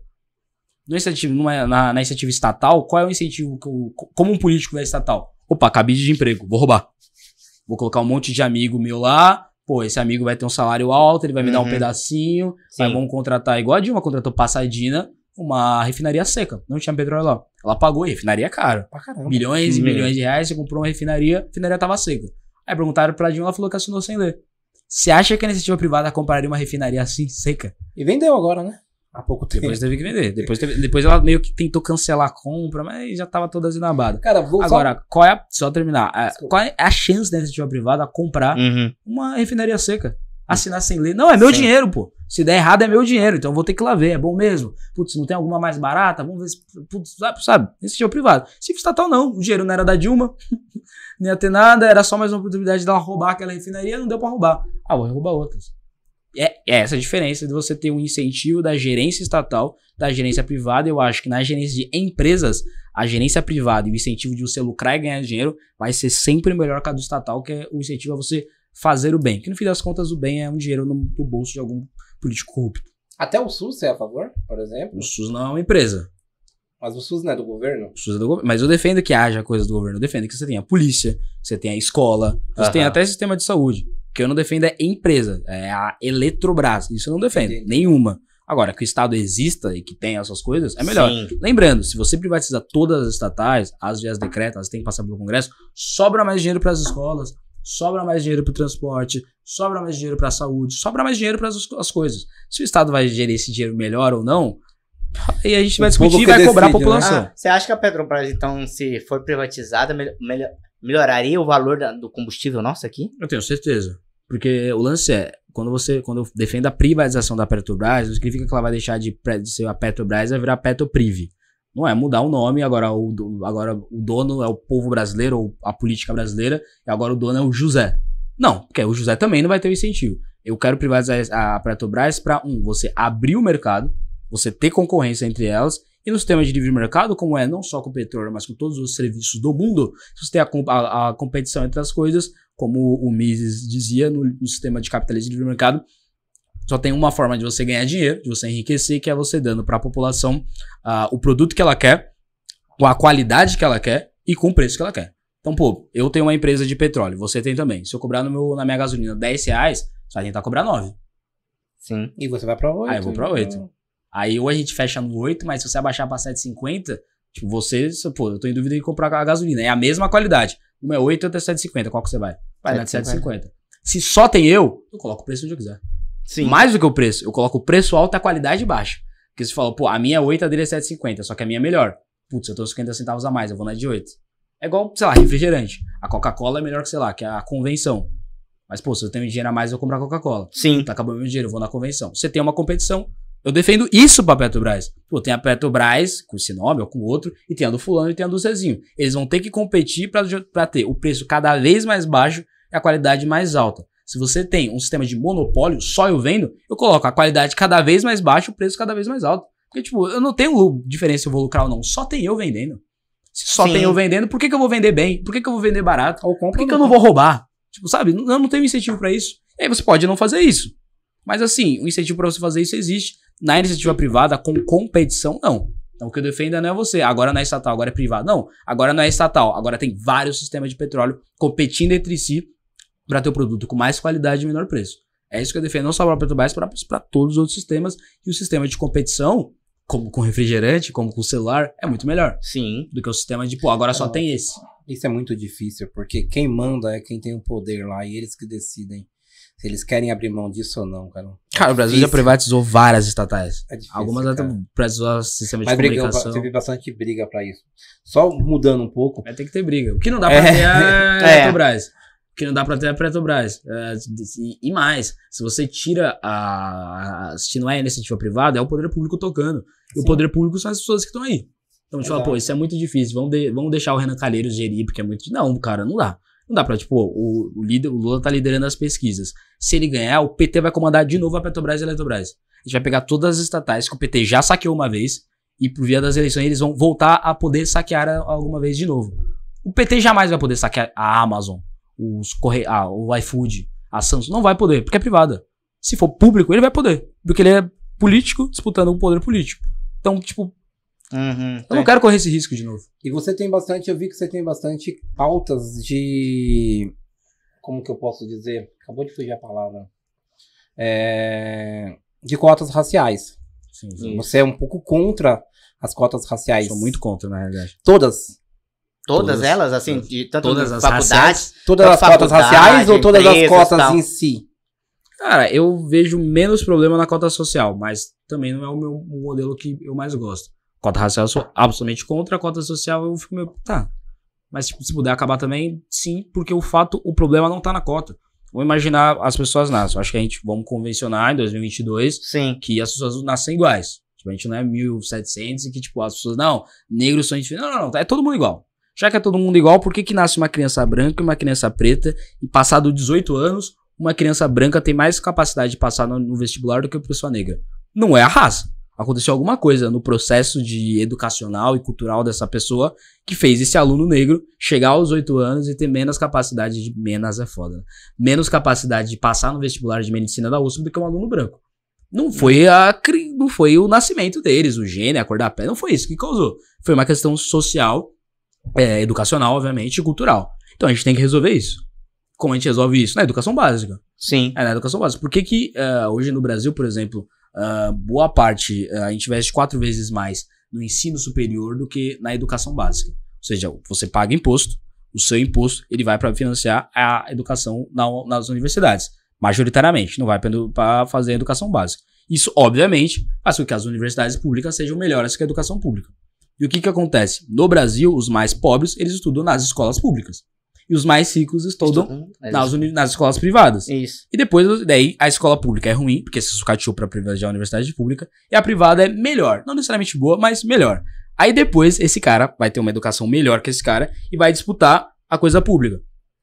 Speaker 2: No incentivo, numa, na, na iniciativa estatal, qual é o incentivo? Que o, como um político é estatal? Opa, cabide de emprego, vou roubar. Vou colocar um monte de amigo meu lá, pô, esse amigo vai ter um salário alto, ele vai me dar um
Speaker 1: Uhum.
Speaker 2: pedacinho,
Speaker 1: Sim.
Speaker 2: aí vamos contratar, igual a Dilma contratou Passadina, uma refinaria seca. Não tinha petróleo lá. Ela pagou, e refinaria é caro.
Speaker 4: Pra caramba.
Speaker 2: Milhões e
Speaker 1: Uhum.
Speaker 2: milhões de reais, você comprou uma refinaria, a refinaria tava seca. Aí perguntaram pra Dilma, ela falou que assinou sem ler. Você acha que a iniciativa privada compraria uma refinaria assim, seca?
Speaker 4: E vendeu agora, né? Há pouco tempo.
Speaker 2: Depois teve que vender. Depois, teve- depois ela meio que tentou cancelar a compra, mas já tava toda zinabada.
Speaker 4: Cara, vou só-
Speaker 2: Agora, qual é a, só terminar, a-
Speaker 4: Desculpa.
Speaker 2: qual é a chance da iniciativa privada comprar
Speaker 1: Uhum.
Speaker 2: uma refinaria seca? Assinar sem ler? Não, é meu
Speaker 1: Sim.
Speaker 2: dinheiro, pô. Se der errado, é meu dinheiro, então eu vou ter que ir lá ver, é bom mesmo. Putz, não tem alguma mais barata? Vamos ver se. Putz, sabe? sabe? Iniciativa privada. Se estatal, não. O dinheiro não era da Dilma, não ia ter nada, era só mais uma oportunidade dela roubar aquela refinaria, não deu pra roubar. Ah, vou roubar outras. É, é essa a diferença de você ter um incentivo da gerência estatal, da gerência privada. Eu acho que na gerência de empresas, a gerência privada e o incentivo de você lucrar e ganhar dinheiro vai ser sempre melhor que a do estatal, que é o incentivo a você fazer o bem. Que no fim das contas, o bem é um dinheiro no, no bolso de algum político corrupto.
Speaker 4: Até o SUS você é a favor, por exemplo?
Speaker 2: O SUS não é uma empresa.
Speaker 4: Mas o SUS não é do governo?
Speaker 2: O SUS é do governo. Mas eu defendo que haja coisas do governo. Eu defendo que você tenha a polícia, que você tenha a escola, que você
Speaker 1: Aham.
Speaker 2: tenha até sistema de saúde. O que eu não defendo é empresa, é a Eletrobras. Isso eu não defendo,
Speaker 4: Entendi.
Speaker 2: nenhuma. Agora, que o Estado exista e que tenha essas coisas, é melhor.
Speaker 1: Sim.
Speaker 2: Lembrando, se você privatiza todas as estatais, as vias decretas, elas têm que passar pelo Congresso, sobra mais dinheiro para as escolas, sobra mais dinheiro para o transporte, sobra mais dinheiro para a saúde, sobra mais dinheiro para as, as coisas. Se o Estado vai gerir esse dinheiro melhor ou não, aí a gente vai
Speaker 4: O povo
Speaker 2: discutir e
Speaker 4: que
Speaker 2: vai cobrar a
Speaker 4: decide, né?
Speaker 2: população.
Speaker 1: Ah, você acha que a Petrobras, então, se for privatizada, mel- melhor- melhoraria o valor da- do combustível nosso aqui?
Speaker 2: Eu tenho certeza. Porque o lance é, quando você, quando eu defendo a privatização da Petrobras, não significa que ela vai deixar de, pre- de ser a Petrobras e vai virar Petropriv. Não é mudar o nome, agora o, do- agora o dono é o povo brasileiro, ou a política brasileira, e agora o dono é o José. Não, porque o José também não vai ter o incentivo. Eu quero privatizar a Petrobras para, um, você abrir o mercado, você ter concorrência entre elas, e no sistema de livre mercado, como é não só com o petróleo, mas com todos os serviços do mundo, você tem a, com- a- a competição entre as coisas, como o Mises dizia, no, no sistema de capitalismo de livre mercado, só tem uma forma de você ganhar dinheiro, de você enriquecer, que é você dando para a população ah, o produto que ela quer, com a qualidade que ela quer e com o preço que ela quer. Então, pô, eu tenho uma empresa de petróleo, você tem também. Se eu cobrar no meu, na minha gasolina dez reais, você vai tentar cobrar nove.
Speaker 1: Sim.
Speaker 4: E você vai pra oito.
Speaker 2: Aí eu vou pra oito. Aí ou a gente fecha no oito, mas se você abaixar pra sete e cinquenta, tipo, você, pô, eu tô em dúvida em comprar a gasolina. É a mesma qualidade. Uma é oito e outra é sete e cinquenta. Qual que você vai? Vai na de sete e cinquenta. Se só tem eu, eu coloco o preço onde eu quiser.
Speaker 1: Sim.
Speaker 2: Mais do que o preço, eu coloco o preço alto e a qualidade baixa. Porque você fala, pô, a minha é oito, a dele é sete e cinquenta, só que a minha é melhor. Putz, eu tô cinquenta centavos a mais, eu vou na de oito. É igual, sei lá, refrigerante. A Coca-Cola é melhor que, sei lá, que a convenção. Mas, pô, se eu tenho dinheiro a mais, eu vou comprar Coca-Cola.
Speaker 1: Sim.
Speaker 2: Tá acabando meu dinheiro, eu vou na convenção. Você tem uma competição. Eu defendo isso pra Petrobras. Pô, tem a Petrobras, com esse nome ou com outro, e tem a do fulano e tem a do Zezinho. Eles vão ter que competir pra, pra ter o preço cada vez mais baixo e a qualidade mais alta. Se você tem um sistema de monopólio, só eu vendo, eu coloco a qualidade cada vez mais baixa e o preço cada vez mais alto. Porque, tipo, eu não tenho diferença se eu vou lucrar ou não. Só tem eu vendendo. Se só
Speaker 1: Sim.
Speaker 2: tem eu vendendo, por que, que eu vou vender bem? Por que, que eu vou vender barato?
Speaker 4: Ou
Speaker 2: Por
Speaker 4: compra
Speaker 2: que, que eu não vou roubar? Tipo, sabe? Eu não tenho incentivo pra isso. E aí você pode não fazer isso. Mas assim, o incentivo pra você fazer isso existe. Na iniciativa privada, com competição, não. Então o que eu defendo não é você. Agora não é estatal, agora é privado. Não. Agora não é estatal. Agora tem vários sistemas de petróleo competindo entre si para ter o produto com mais qualidade e menor preço. É isso que eu defendo, não só para a Petrobras, para todos os outros sistemas. E o sistema de competição, como com refrigerante, como com celular, é muito melhor
Speaker 1: Sim.
Speaker 2: do que o sistema de, pô, agora só tem esse.
Speaker 4: Isso é muito difícil, porque quem manda é quem tem o poder lá e eles que decidem se eles querem abrir mão disso ou não, cara.
Speaker 2: Cara, o Brasil
Speaker 4: Difícil.
Speaker 2: já privatizou várias estatais.
Speaker 4: É difícil,
Speaker 2: Algumas
Speaker 4: cara.
Speaker 2: até privatizou sistema de
Speaker 4: Mas brigou,
Speaker 2: comunicação.
Speaker 4: teve bastante briga pra isso. Só mudando um pouco,
Speaker 2: Vai ter que ter briga. O que não dá pra
Speaker 4: É.
Speaker 2: ter é a
Speaker 1: É.
Speaker 2: Petrobras. O que não dá pra ter é a Petrobras. É, e, e mais, se você tira a, a... Se não é iniciativa privada, é o poder público tocando. E o
Speaker 4: Sim.
Speaker 2: poder público são as pessoas que estão aí. Então, a gente fala,
Speaker 4: Exato.
Speaker 2: pô, isso é muito difícil. Vamos, de- vamos deixar o Renan Calheiros gerir, porque é muito... Não, cara, não dá. Não dá pra, tipo, o, o, líder, o Lula tá liderando as pesquisas. Se ele ganhar, o P T vai comandar de novo a Petrobras e a Eletrobras. A gente vai pegar todas as estatais que o P T já saqueou uma vez e por via das eleições eles vão voltar a poder saquear a- alguma vez de novo. O P T jamais vai poder saquear a Amazon, os corre... ah, o iFood, a Samsung. Não vai poder, porque é privada. Se for público, ele vai poder. Porque ele é político disputando com o poder político. Então, tipo,
Speaker 1: Uhum.
Speaker 2: eu não quero correr esse risco de novo.
Speaker 4: e você tem bastante, eu vi que você tem bastante pautas de, como que eu posso dizer? acabou de fugir a palavra. É, de cotas raciais.
Speaker 2: Sim, sim.
Speaker 4: Você é um pouco contra as cotas raciais.
Speaker 2: Sou muito contra, na realidade.
Speaker 4: Todas?
Speaker 1: Todas,
Speaker 2: Todas,
Speaker 1: elas, assim,
Speaker 2: todas.
Speaker 1: de tanto
Speaker 2: Todas
Speaker 1: em
Speaker 2: as
Speaker 1: faculdades.
Speaker 2: raciais?
Speaker 4: Todas as cotas
Speaker 1: faculdade,
Speaker 4: raciais ou todas as
Speaker 1: empresas,
Speaker 4: cotas
Speaker 1: tal.
Speaker 4: em si?
Speaker 2: Cara, eu vejo menos problema na cota social, mas também não é o meu o modelo que eu mais gosto. Cota racial eu sou absolutamente contra, a cota social eu fico meio, tá. Mas tipo, se puder acabar também, sim, porque o fato, o problema não tá na cota. Vamos imaginar as pessoas nascem. Acho que a gente, vamos convencionar em dois mil e vinte e dois
Speaker 1: Sim.
Speaker 2: que as pessoas nascem iguais. Tipo, a gente não é mil e setecentos e que tipo, as pessoas, não, negros são diferentes. Não, não, não, é todo mundo igual. Já que é todo mundo igual, por que que nasce uma criança branca e uma criança preta e passado dezoito anos, uma criança branca tem mais capacidade de passar no, no vestibular do que uma pessoa negra? Não é a raça. Aconteceu alguma coisa no processo de educacional e cultural dessa pessoa que fez esse aluno negro chegar aos oito anos e ter menos capacidade de... Menos é foda. Né? Menos capacidade de passar no vestibular de medicina da U S P do que um aluno branco. Não foi, a, não foi o nascimento deles, o gene, a cor da pele. Não foi isso que causou. Foi uma questão social, é, educacional, obviamente, e cultural. Então a gente tem que resolver isso. Como a gente resolve isso? Na educação básica.
Speaker 1: Sim.
Speaker 2: É, na educação básica. Por que que uh, hoje no Brasil, por exemplo, uh, boa parte, uh, a gente investe quatro vezes mais no ensino superior do que na educação básica? Ou seja, você paga imposto, o seu imposto ele vai para financiar a educação na, nas universidades. Majoritariamente, não vai para fazer a educação básica. Isso, obviamente, faz com que as universidades públicas sejam melhores que a educação pública. E o que que acontece? No Brasil, os mais pobres, eles estudam nas escolas públicas. E os mais ricos estudam
Speaker 1: Estudam
Speaker 2: nas, uni- nas escolas privadas.
Speaker 1: Isso.
Speaker 2: E depois, daí, a escola pública é ruim, porque se sucateou pra privatizar a universidade pública, e a privada é melhor. Não necessariamente boa, mas melhor. Aí depois, esse cara vai ter uma educação melhor que esse cara e vai disputar a coisa pública.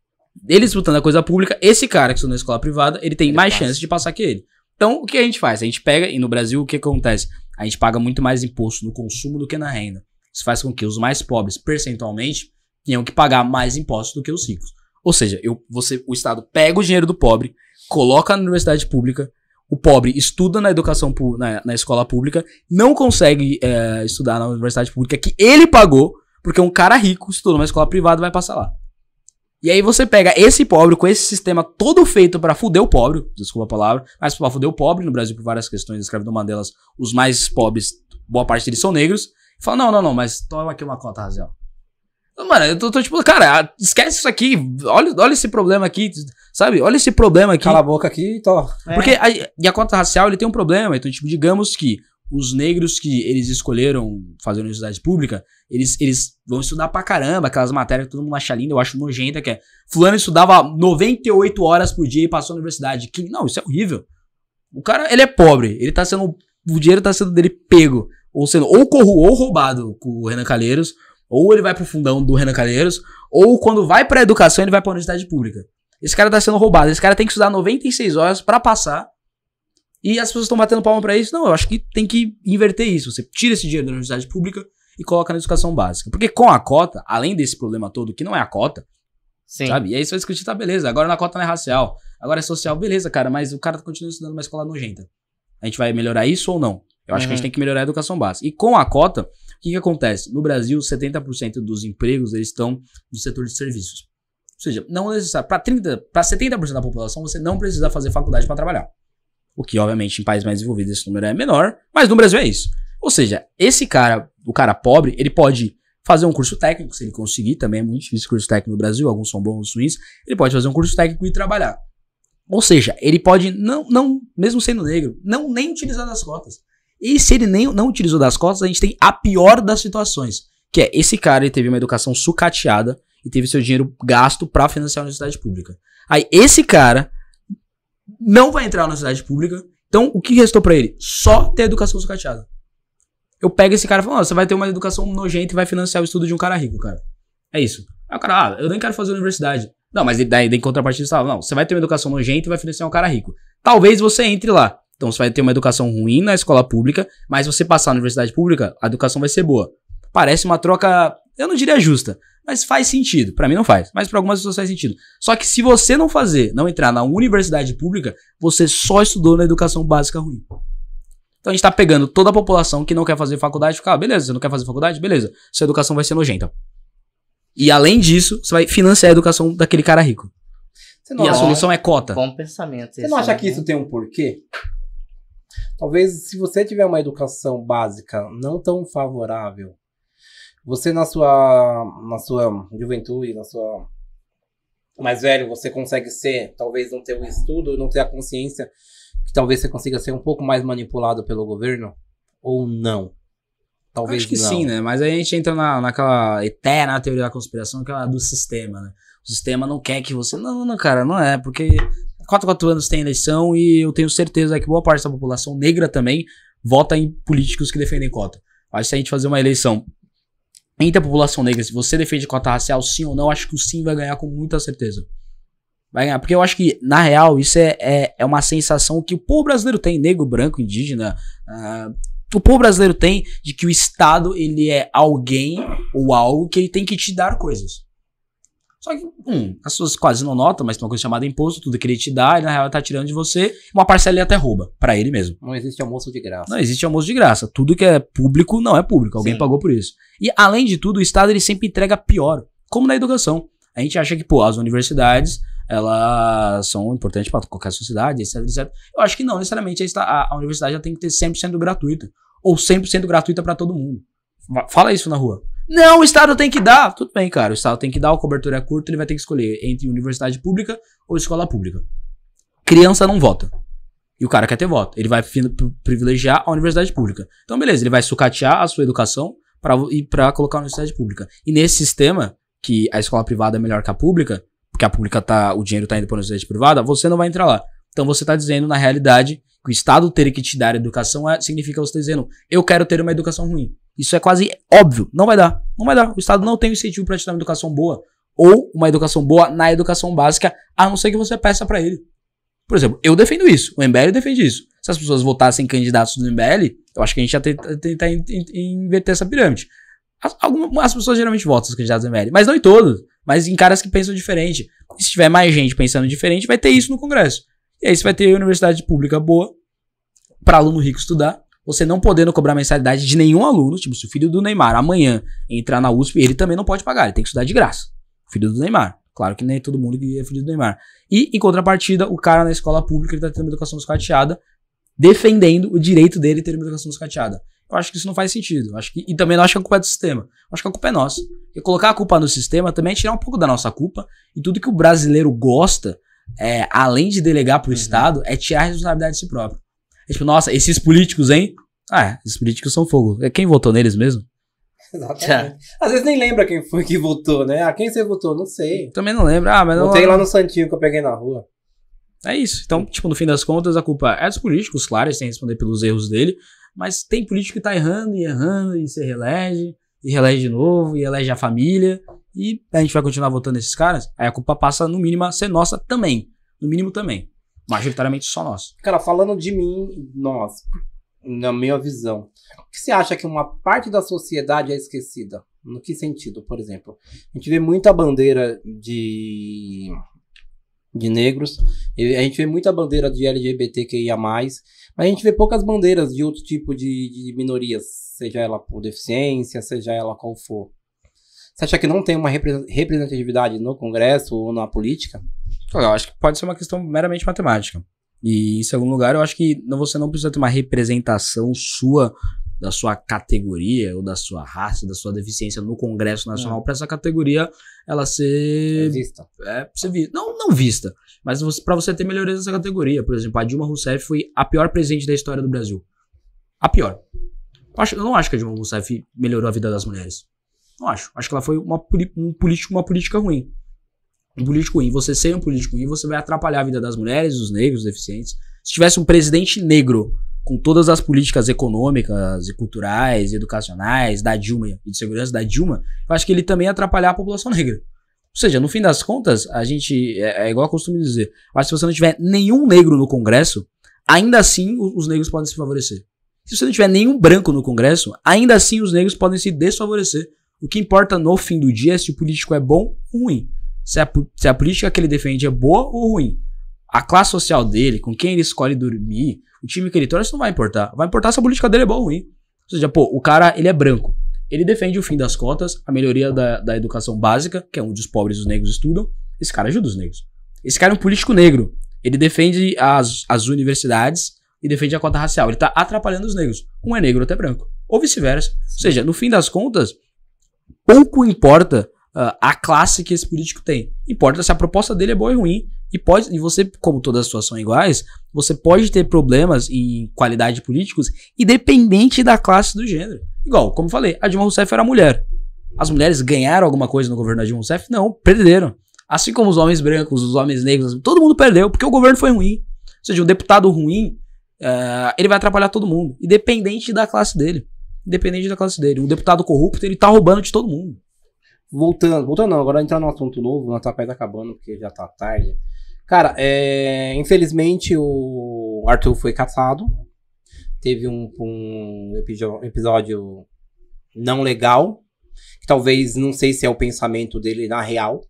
Speaker 2: Ele disputando a coisa pública, esse cara que estudou na escola privada, ele tem
Speaker 1: Ele
Speaker 2: mais
Speaker 1: passa.
Speaker 2: chance de passar que ele. Então, o que a gente faz? A gente pega, e no Brasil, o que acontece? A gente paga muito mais imposto no consumo do que na renda. Isso faz com que os mais pobres, percentualmente, tenham que pagar mais impostos do que os ricos. Ou seja, eu, você, o Estado pega o dinheiro do pobre, coloca na universidade pública, o pobre estuda na educação na, na escola pública, não consegue é, estudar na universidade pública que ele pagou, porque um cara rico estudou numa escola privada e vai passar lá. E aí você pega esse pobre com esse sistema todo feito pra fuder o pobre, desculpa a palavra, mas pra fuder o pobre, no Brasil por várias questões da escravidão Mandelas, os mais pobres, boa parte deles são negros, e fala, não, não, não, mas toma aqui uma cota racial. Mano, eu tô, tô tipo, cara, esquece isso aqui, olha, olha esse problema aqui, sabe? Olha esse problema aqui.
Speaker 4: Cala a boca aqui e tô.
Speaker 2: Porque a, e a cota racial, ele tem um problema, então, tipo, digamos que os negros que eles escolheram fazer universidade pública, eles, eles vão estudar pra caramba, aquelas matérias que todo mundo acha linda, eu acho nojenta, que é, fulano estudava noventa e oito horas por dia e passou na universidade. Que, não, isso é horrível. O cara, ele é pobre, ele tá sendo, o dinheiro tá sendo dele pego, ou sendo ou, corru, ou roubado com o Renan Calheiros, ou ele vai pro fundão do Renan Calheiros, ou quando vai pra educação, ele vai pra universidade pública. Esse cara tá sendo roubado, esse cara tem que estudar noventa e seis horas pra passar, e as pessoas estão batendo palma pra isso. Não, eu acho que tem que inverter isso. Você tira esse dinheiro da universidade pública e coloca na educação básica. Porque com a cota, além desse problema todo, que não é a cota,
Speaker 1: Sim.
Speaker 2: sabe? E aí você vai discutir, tá, beleza, agora na cota não é racial, agora é social, beleza, cara, mas o cara continua estudando numa escola nojenta. A gente vai melhorar isso ou não? Eu acho
Speaker 1: Uhum.
Speaker 2: que a gente tem que melhorar a educação básica. E com a cota, o que que acontece? No Brasil, setenta por cento dos empregos, eles estão no setor de serviços. Ou seja, não necessário, para trinta, para setenta por cento da população, você não precisa fazer faculdade para trabalhar. O que, obviamente, em países mais desenvolvidos esse número é menor, mas no Brasil é isso. Ou seja, esse cara, o cara pobre, ele pode fazer um curso técnico, se ele conseguir, também é muito difícil curso técnico no Brasil, alguns são bons, outros ruins, ele pode fazer um curso técnico e trabalhar. Ou seja, ele pode, não, não, mesmo sendo negro, não nem utilizar das cotas. E se ele nem, não utilizou das cotas, a gente tem a pior das situações, que é esse cara, ele teve uma educação sucateada e teve seu dinheiro gasto para financiar a universidade pública. Aí esse cara não vai entrar na universidade pública, então o que restou pra ele? Só ter educação sucateada. Eu pego esse cara e falo, não, você vai ter uma educação nojenta e vai financiar o estudo de um cara rico, cara. É isso. Aí o cara, ah, eu nem quero fazer universidade. Não, mas daí em contrapartida você fala, não, você vai ter uma educação nojenta e vai financiar um cara rico. Talvez você entre lá. Então você vai ter uma educação ruim na escola pública, mas se você passar na universidade pública, a educação vai ser boa. Parece uma troca, eu não diria justa, mas faz sentido. Pra mim não faz, mas pra algumas pessoas faz sentido. Só que se você não fazer, não entrar na universidade pública, você só estudou na educação básica ruim. Então a gente tá pegando toda a população que não quer fazer faculdade e fica, ah, beleza, você não quer fazer faculdade? Beleza, sua educação vai ser nojenta. E além disso, você vai financiar a educação daquele cara rico.
Speaker 4: Você não
Speaker 2: E a
Speaker 4: acha-
Speaker 2: solução é cota.
Speaker 1: Bom pensamento.
Speaker 4: Você não
Speaker 1: esse,
Speaker 4: acha
Speaker 1: né?
Speaker 4: que isso tem um porquê? Talvez se você tiver uma educação básica não tão favorável, você na sua, na sua juventude, na sua mais velho, você consegue ser, talvez não ter o estudo, não ter a consciência, que talvez você consiga ser um pouco mais manipulado pelo governo? Ou não? Talvez
Speaker 2: Acho que
Speaker 4: não.
Speaker 2: sim, né? Mas aí a gente entra na, naquela eterna teoria da conspiração, que é a do sistema, né? O sistema não quer que você... Não, não, cara, não é, porque quatro, quatro anos tem eleição e eu tenho certeza que boa parte da população negra também vota em políticos que defendem cota. Acho que se a gente fazer uma eleição entre a população negra, se você defende cota racial, sim ou não, acho que o sim vai ganhar com muita certeza. Vai ganhar, porque eu acho que, na real, isso é, é, é uma sensação que o povo brasileiro tem, negro, branco, indígena, uh, o povo brasileiro tem de que o Estado, ele é alguém ou algo que ele tem que te dar coisas. Só que, um, as pessoas quase não notam, mas tem uma coisa chamada imposto, tudo que ele te dá, e na real ele tá tirando de você, uma parcela ele até rouba, pra ele mesmo.
Speaker 4: Não existe almoço de graça.
Speaker 2: Não existe almoço de graça. Tudo que é público não é público. Alguém
Speaker 1: Sim.
Speaker 2: pagou por isso. E, além de tudo, o Estado ele sempre entrega pior. Como na educação. A gente acha que, pô, as universidades, elas são importantes pra qualquer sociedade, etc, etcétera. Eu acho que não, necessariamente, a, esta- a, a universidade já tem que ter cem por cento gratuita. Ou cem por cento gratuita pra todo mundo. Va- Fala isso na rua. Não, o Estado tem que dar. Tudo bem, cara. O Estado tem que dar, a cobertura é curta, ele vai ter que escolher entre universidade pública ou escola pública. Criança não vota. E o cara quer ter voto. Ele vai fi- pri- privilegiar a universidade pública. Então, beleza, ele vai sucatear a sua educação pra, e pra colocar a universidade pública. E nesse sistema, que a escola privada é melhor que a pública, porque a pública tá, o dinheiro tá indo pra universidade privada, você não vai entrar lá. Então você tá dizendo, na realidade, que o Estado ter que te dar educação é, significa você tá dizendo, eu quero ter uma educação ruim. Isso é quase óbvio. Não vai dar. Não vai dar. O Estado não tem incentivo pra te dar uma educação boa. Ou uma educação boa na educação básica, a não ser que você peça pra ele. Por exemplo, eu defendo isso. O M B L defende isso. Se as pessoas votassem candidatos do M B L, eu acho que a gente ia tentar, tentar in- in- inverter essa pirâmide. As, algumas, as pessoas geralmente votam os candidatos do M B L. Mas não em todos. Mas em caras que pensam diferente. E se tiver mais gente pensando diferente, vai ter isso no Congresso. E aí você vai ter universidade pública boa pra aluno rico estudar. Você não podendo cobrar mensalidade de nenhum aluno. Tipo, se o filho do Neymar amanhã entrar na U S P, ele também não pode pagar. Ele tem que estudar de graça. O filho do Neymar. Claro que nem todo mundo que é filho do Neymar. E, em contrapartida, o cara na escola pública, ele tá tendo uma educação sucateada, defendendo o direito dele ter uma educação sucateada. Eu acho que isso não faz sentido. Eu acho que, e também não acho que a culpa é do sistema. Eu acho que a culpa é nossa. E colocar a culpa no sistema também é tirar um pouco da nossa culpa. E tudo que o brasileiro gosta, é, além de delegar pro
Speaker 1: Uhum.
Speaker 2: Estado, é tirar a responsabilidade de si próprio. É tipo, nossa, esses políticos, hein? Ah, esses políticos são fogo. É quem votou neles mesmo?
Speaker 4: Exatamente. Às vezes nem lembra quem foi que votou, né? Ah, quem você votou? Não sei.
Speaker 2: Também não lembro. Ah, mas não.
Speaker 4: Votei lá no Santinho que eu peguei na rua.
Speaker 2: É isso. Então, tipo, no fim das contas, a culpa é dos políticos, claro, eles têm que responder pelos erros dele, mas tem político que tá errando e errando e se reelege, e reelege de novo, e elege a família, e a gente vai continuar votando esses caras, aí a culpa passa, no mínimo, a ser nossa também. No mínimo também. Majoritariamente só nossa.
Speaker 4: Cara, falando de mim, nossa, na minha visão, o que você acha que uma parte da sociedade é esquecida? No que sentido, por exemplo? A gente vê muita bandeira de, de negros, e a gente vê muita bandeira de L G B T Q I A mais, mas a gente vê poucas bandeiras de outro tipo de, de minorias, seja ela por deficiência, seja ela qual for. Você acha que não tem uma repre- representatividade no Congresso ou na política?
Speaker 2: Eu acho que pode ser uma questão meramente matemática. E, em segundo lugar, eu acho que não, você não precisa ter uma representação sua, da sua categoria, ou da sua raça, da sua deficiência no Congresso Nacional, para essa categoria ela ser...
Speaker 4: Exista.
Speaker 2: É, ser vista. Não, não vista, mas você, pra você ter melhorias nessa categoria. Por exemplo, a Dilma Rousseff foi a pior presidente da história do Brasil. A pior. Eu, acho, eu não acho que a Dilma Rousseff melhorou a vida das mulheres. Não acho. Acho que ela foi uma, um político, uma política ruim. Um político ruim. Você ser um político ruim, você vai atrapalhar a vida das mulheres, dos negros, dos deficientes. Se tivesse um presidente negro com todas as políticas econômicas e culturais e educacionais da Dilma e de segurança da Dilma, eu acho que ele também ia atrapalhar a população negra. Ou seja, no fim das contas, a gente, é, é igual eu costumo dizer, eu acho que se você não tiver nenhum negro no Congresso, ainda assim os, os negros podem se favorecer. Se você não tiver nenhum branco no Congresso, ainda assim os negros podem se desfavorecer. O que importa no fim do dia é se o político é bom ou ruim. Se a, se a política que ele defende é boa ou ruim. A classe social dele, com quem ele escolhe dormir, o time que ele torce, não vai importar. Vai importar se a política dele é boa ou ruim. Ou seja, pô, o cara, ele é branco. Ele defende o fim das cotas, a melhoria da, da educação básica, que é onde os pobres e os negros estudam. Esse cara ajuda os negros. Esse cara é um político negro. Ele defende as, as universidades e defende a cota racial. Ele tá atrapalhando os negros. Um é negro, outro é branco. Ou vice-versa. Ou seja, no fim das contas, pouco importa uh, a classe que esse político tem. Importa se a proposta dele é boa e ruim. E, pode, e você, como todas as situações são iguais, você pode ter problemas em qualidade de políticos independente da classe do gênero. Igual, como eu falei, a Dilma Rousseff era mulher. As mulheres ganharam alguma coisa no governo da Dilma Rousseff? Não, perderam. Assim como os homens brancos, os homens negros, todo mundo perdeu, porque o governo foi ruim. Ou seja, um deputado ruim, uh, ele vai atrapalhar todo mundo, independente da classe dele. Independente da classe dele. Um deputado corrupto, ele tá roubando de todo mundo.
Speaker 4: Voltando, voltando não, agora entrar num assunto novo, não tá quase acabando, porque já tá tarde. Cara, é, infelizmente o Arthur foi caçado. Teve um, um episódio não legal. Que talvez, não sei se é o pensamento dele na real.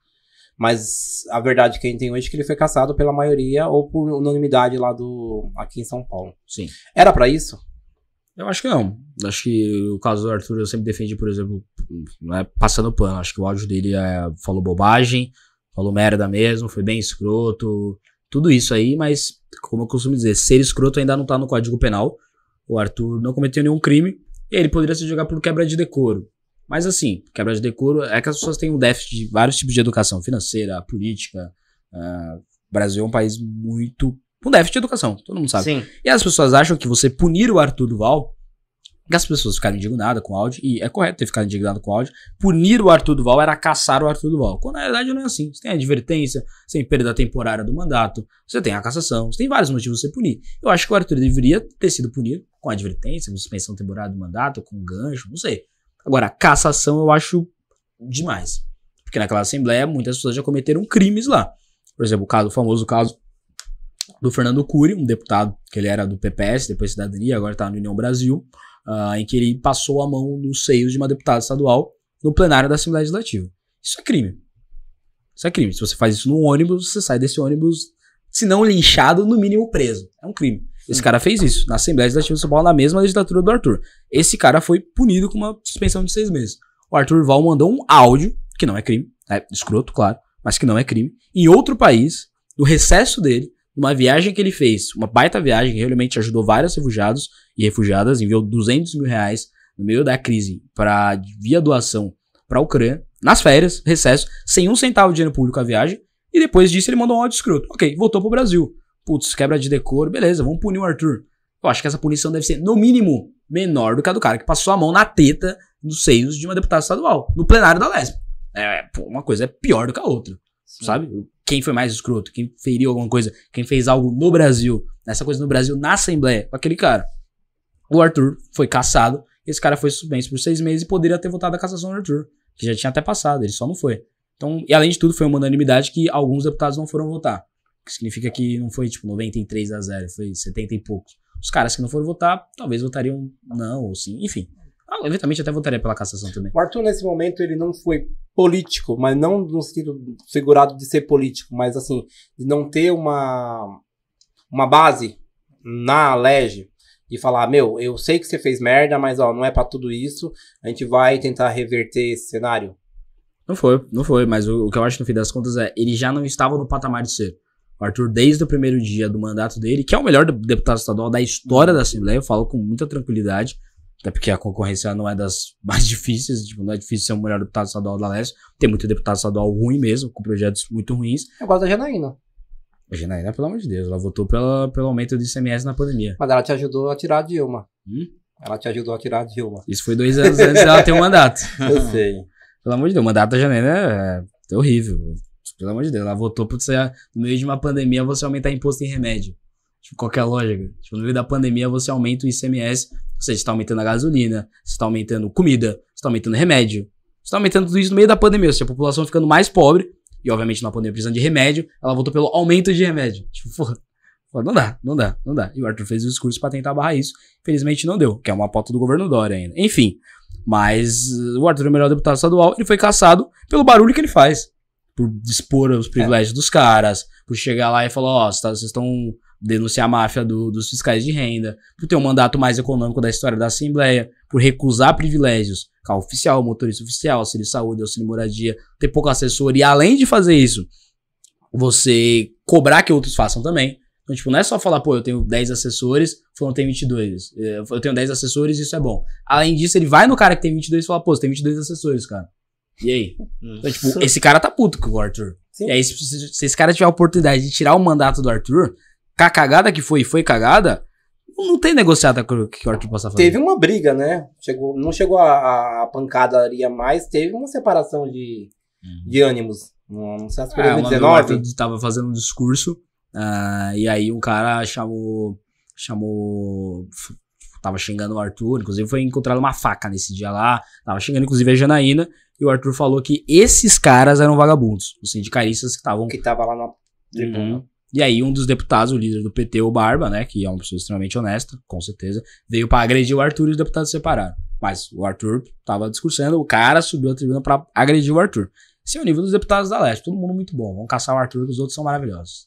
Speaker 4: Mas a verdade que a gente tem hoje é que ele foi caçado pela maioria ou por unanimidade lá do aqui em São Paulo.
Speaker 2: Sim.
Speaker 4: Era pra isso?
Speaker 2: Eu acho que não. Acho que o caso do Arthur eu sempre defendi, por exemplo, não é passando pano. Acho que o áudio dele é, falou bobagem, falou merda mesmo, foi bem escroto, tudo isso aí, mas, como eu costumo dizer, ser escroto ainda não tá no Código Penal. O Arthur não cometeu nenhum crime e ele poderia se jogar por quebra de decoro. Mas assim, quebra de decoro é que as pessoas têm um déficit de vários tipos de educação financeira, política. Uh, o Brasil é um país muito... com déficit de educação, todo mundo sabe.
Speaker 1: Sim.
Speaker 2: E as pessoas acham que você punir o Arthur Duval, que as pessoas ficaram indignadas com o áudio, e é correto ter ficado indignado com o áudio, punir o Arthur Duval era caçar o Arthur Duval. Quando na verdade não é assim. Você tem a advertência, você tem perda temporária do mandato, você tem a cassação, você tem vários motivos de você punir. Eu acho que o Arthur deveria ter sido punido com advertência, com suspensão temporária do mandato, com gancho, não sei. Agora, a cassação eu acho demais. Porque naquela Assembleia muitas pessoas já cometeram crimes lá. Por exemplo, o caso, o famoso caso do Fernando Cury, um deputado que ele era do P P S, depois Cidadania, agora está no União Brasil, uh, em que ele passou a mão nos seios de uma deputada estadual no plenário da Assembleia Legislativa. Isso é crime. Isso é crime. Se você faz isso num ônibus, você sai desse ônibus, se não linchado, no mínimo preso. É um crime. Esse cara fez isso na Assembleia Legislativa de São Paulo, na mesma legislatura do Arthur. Esse cara foi punido com uma suspensão de seis meses. O Arthur Val mandou um áudio, que não é crime, é escroto, claro, mas que não é crime, em outro país, no recesso dele, numa viagem que ele fez, uma baita viagem que realmente ajudou vários refugiados e refugiadas, enviou duzentos mil reais no meio da crise pra, via doação para a Ucrânia, nas férias, recesso, sem um centavo de dinheiro público a viagem, e depois disso ele mandou um áudio escroto. Ok, voltou pro Brasil. Putz, quebra de decoro, beleza, vamos punir o Arthur. Eu acho que essa punição deve ser, no mínimo, menor do que a do cara que passou a mão na teta dos seios de uma deputada estadual, no plenário da Lesp. É, pô, uma coisa é pior do que a outra, sim, sabe? Quem foi mais escroto, quem feriu alguma coisa, quem fez algo no Brasil, nessa coisa no Brasil, na Assembleia, com aquele cara. O Arthur foi cassado, esse cara foi suspenso por seis meses e poderia ter votado a cassação do Arthur, que já tinha até passado, ele só não foi. Então, e além de tudo, foi uma unanimidade que alguns deputados não foram votar. Que significa que não foi tipo noventa e três a zero, foi setenta e poucos. Os caras que não foram votar, talvez votariam não, ou sim, enfim. Ah, eventualmente até votaria pela cassação também.
Speaker 4: O Arthur, nesse momento, ele não foi político, mas não no sentido segurado de ser político, mas assim, de não ter uma, uma base na Lege de falar, meu, eu sei que você fez merda, mas ó, não é pra tudo isso, a gente vai tentar reverter esse cenário.
Speaker 2: Não foi, não foi, mas o, o que eu acho no fim das contas é, ele já não estava no patamar de ser. O Arthur, desde o primeiro dia do mandato dele, que é o melhor deputado estadual da história da Assembleia, eu falo com muita tranquilidade, até porque a concorrência não é das mais difíceis, tipo, não é difícil ser o melhor deputado estadual da Leste, tem muito deputado estadual ruim mesmo, com projetos muito ruins.
Speaker 4: Eu gosto da Janaína.
Speaker 2: A Janaína, pelo amor de Deus, ela votou pela, pelo aumento do I C M S na pandemia.
Speaker 4: Mas ela te ajudou a tirar a Dilma.
Speaker 2: Hum?
Speaker 4: Ela te ajudou a tirar a Dilma.
Speaker 2: Isso foi dois anos antes dela ter um mandato.
Speaker 4: Eu sei.
Speaker 2: Pelo amor de Deus, o mandato da Janaína é, é horrível. Pelo amor de Deus, ela votou por você, no meio de uma pandemia, você aumentar imposto em remédio. Tipo, qualquer lógica. Tipo, no meio da pandemia, você aumenta o I C M S, ou seja, você tá aumentando a gasolina, você tá aumentando comida, você tá aumentando remédio. Você tá aumentando tudo isso no meio da pandemia, ou seja, a população ficando mais pobre, e obviamente na pandemia precisando de remédio, ela votou pelo aumento de remédio. Tipo, porra, porra, não dá, não dá, não dá. E o Arthur fez o discurso pra tentar barrar isso, infelizmente não deu, que é uma pauta do governo Dória ainda. Enfim, mas o Arthur é o melhor deputado estadual, ele foi cassado pelo barulho que ele faz. Por dispor os privilégios é. dos caras, por chegar lá e falar, ó, oh, vocês estão denunciar a máfia do, dos fiscais de renda, por ter um mandato mais econômico da história da Assembleia, por recusar privilégios, carro oficial, motorista oficial, auxílio saúde, auxílio moradia, ter pouco assessor, e além de fazer isso, você cobrar que outros façam também. Então, tipo, não é só falar, pô, eu tenho dez assessores, fulano tem vinte e dois. Eu tenho dez assessores, isso é bom. Além disso, ele vai no cara que tem vinte e dois e fala, pô, você tem vinte e dois assessores, cara. E aí? Então, tipo, esse cara tá puto com o Arthur. Sim. E aí, se, se esse cara tiver a oportunidade de tirar o mandato do Arthur, com a cagada que foi e foi cagada, não tem negociata que o Arthur possa fazer.
Speaker 4: Teve uma briga, né? Chegou, não chegou a, a pancadaria mais, teve uma separação de, uhum. de ânimos. Não sei se foi dois mil e dezenove.
Speaker 2: É, o tava fazendo um discurso, uh, e aí um cara chamou, chamou, tava xingando o Arthur, inclusive foi encontrado uma faca nesse dia lá, tava xingando inclusive a Janaína, e o Arthur falou que esses caras eram vagabundos, os sindicalistas que estavam...
Speaker 4: Que tava lá na tribuna.
Speaker 2: Uhum. E aí um dos deputados, o líder do P T, o Barba, né, que é uma pessoa extremamente honesta, com certeza, veio pra agredir o Arthur e os deputados se separaram. Mas o Arthur tava discursando, o cara subiu a tribuna pra agredir o Arthur. Esse é o nível dos deputados da Leste, todo mundo muito bom. Vamos caçar o Arthur, que os outros são maravilhosos.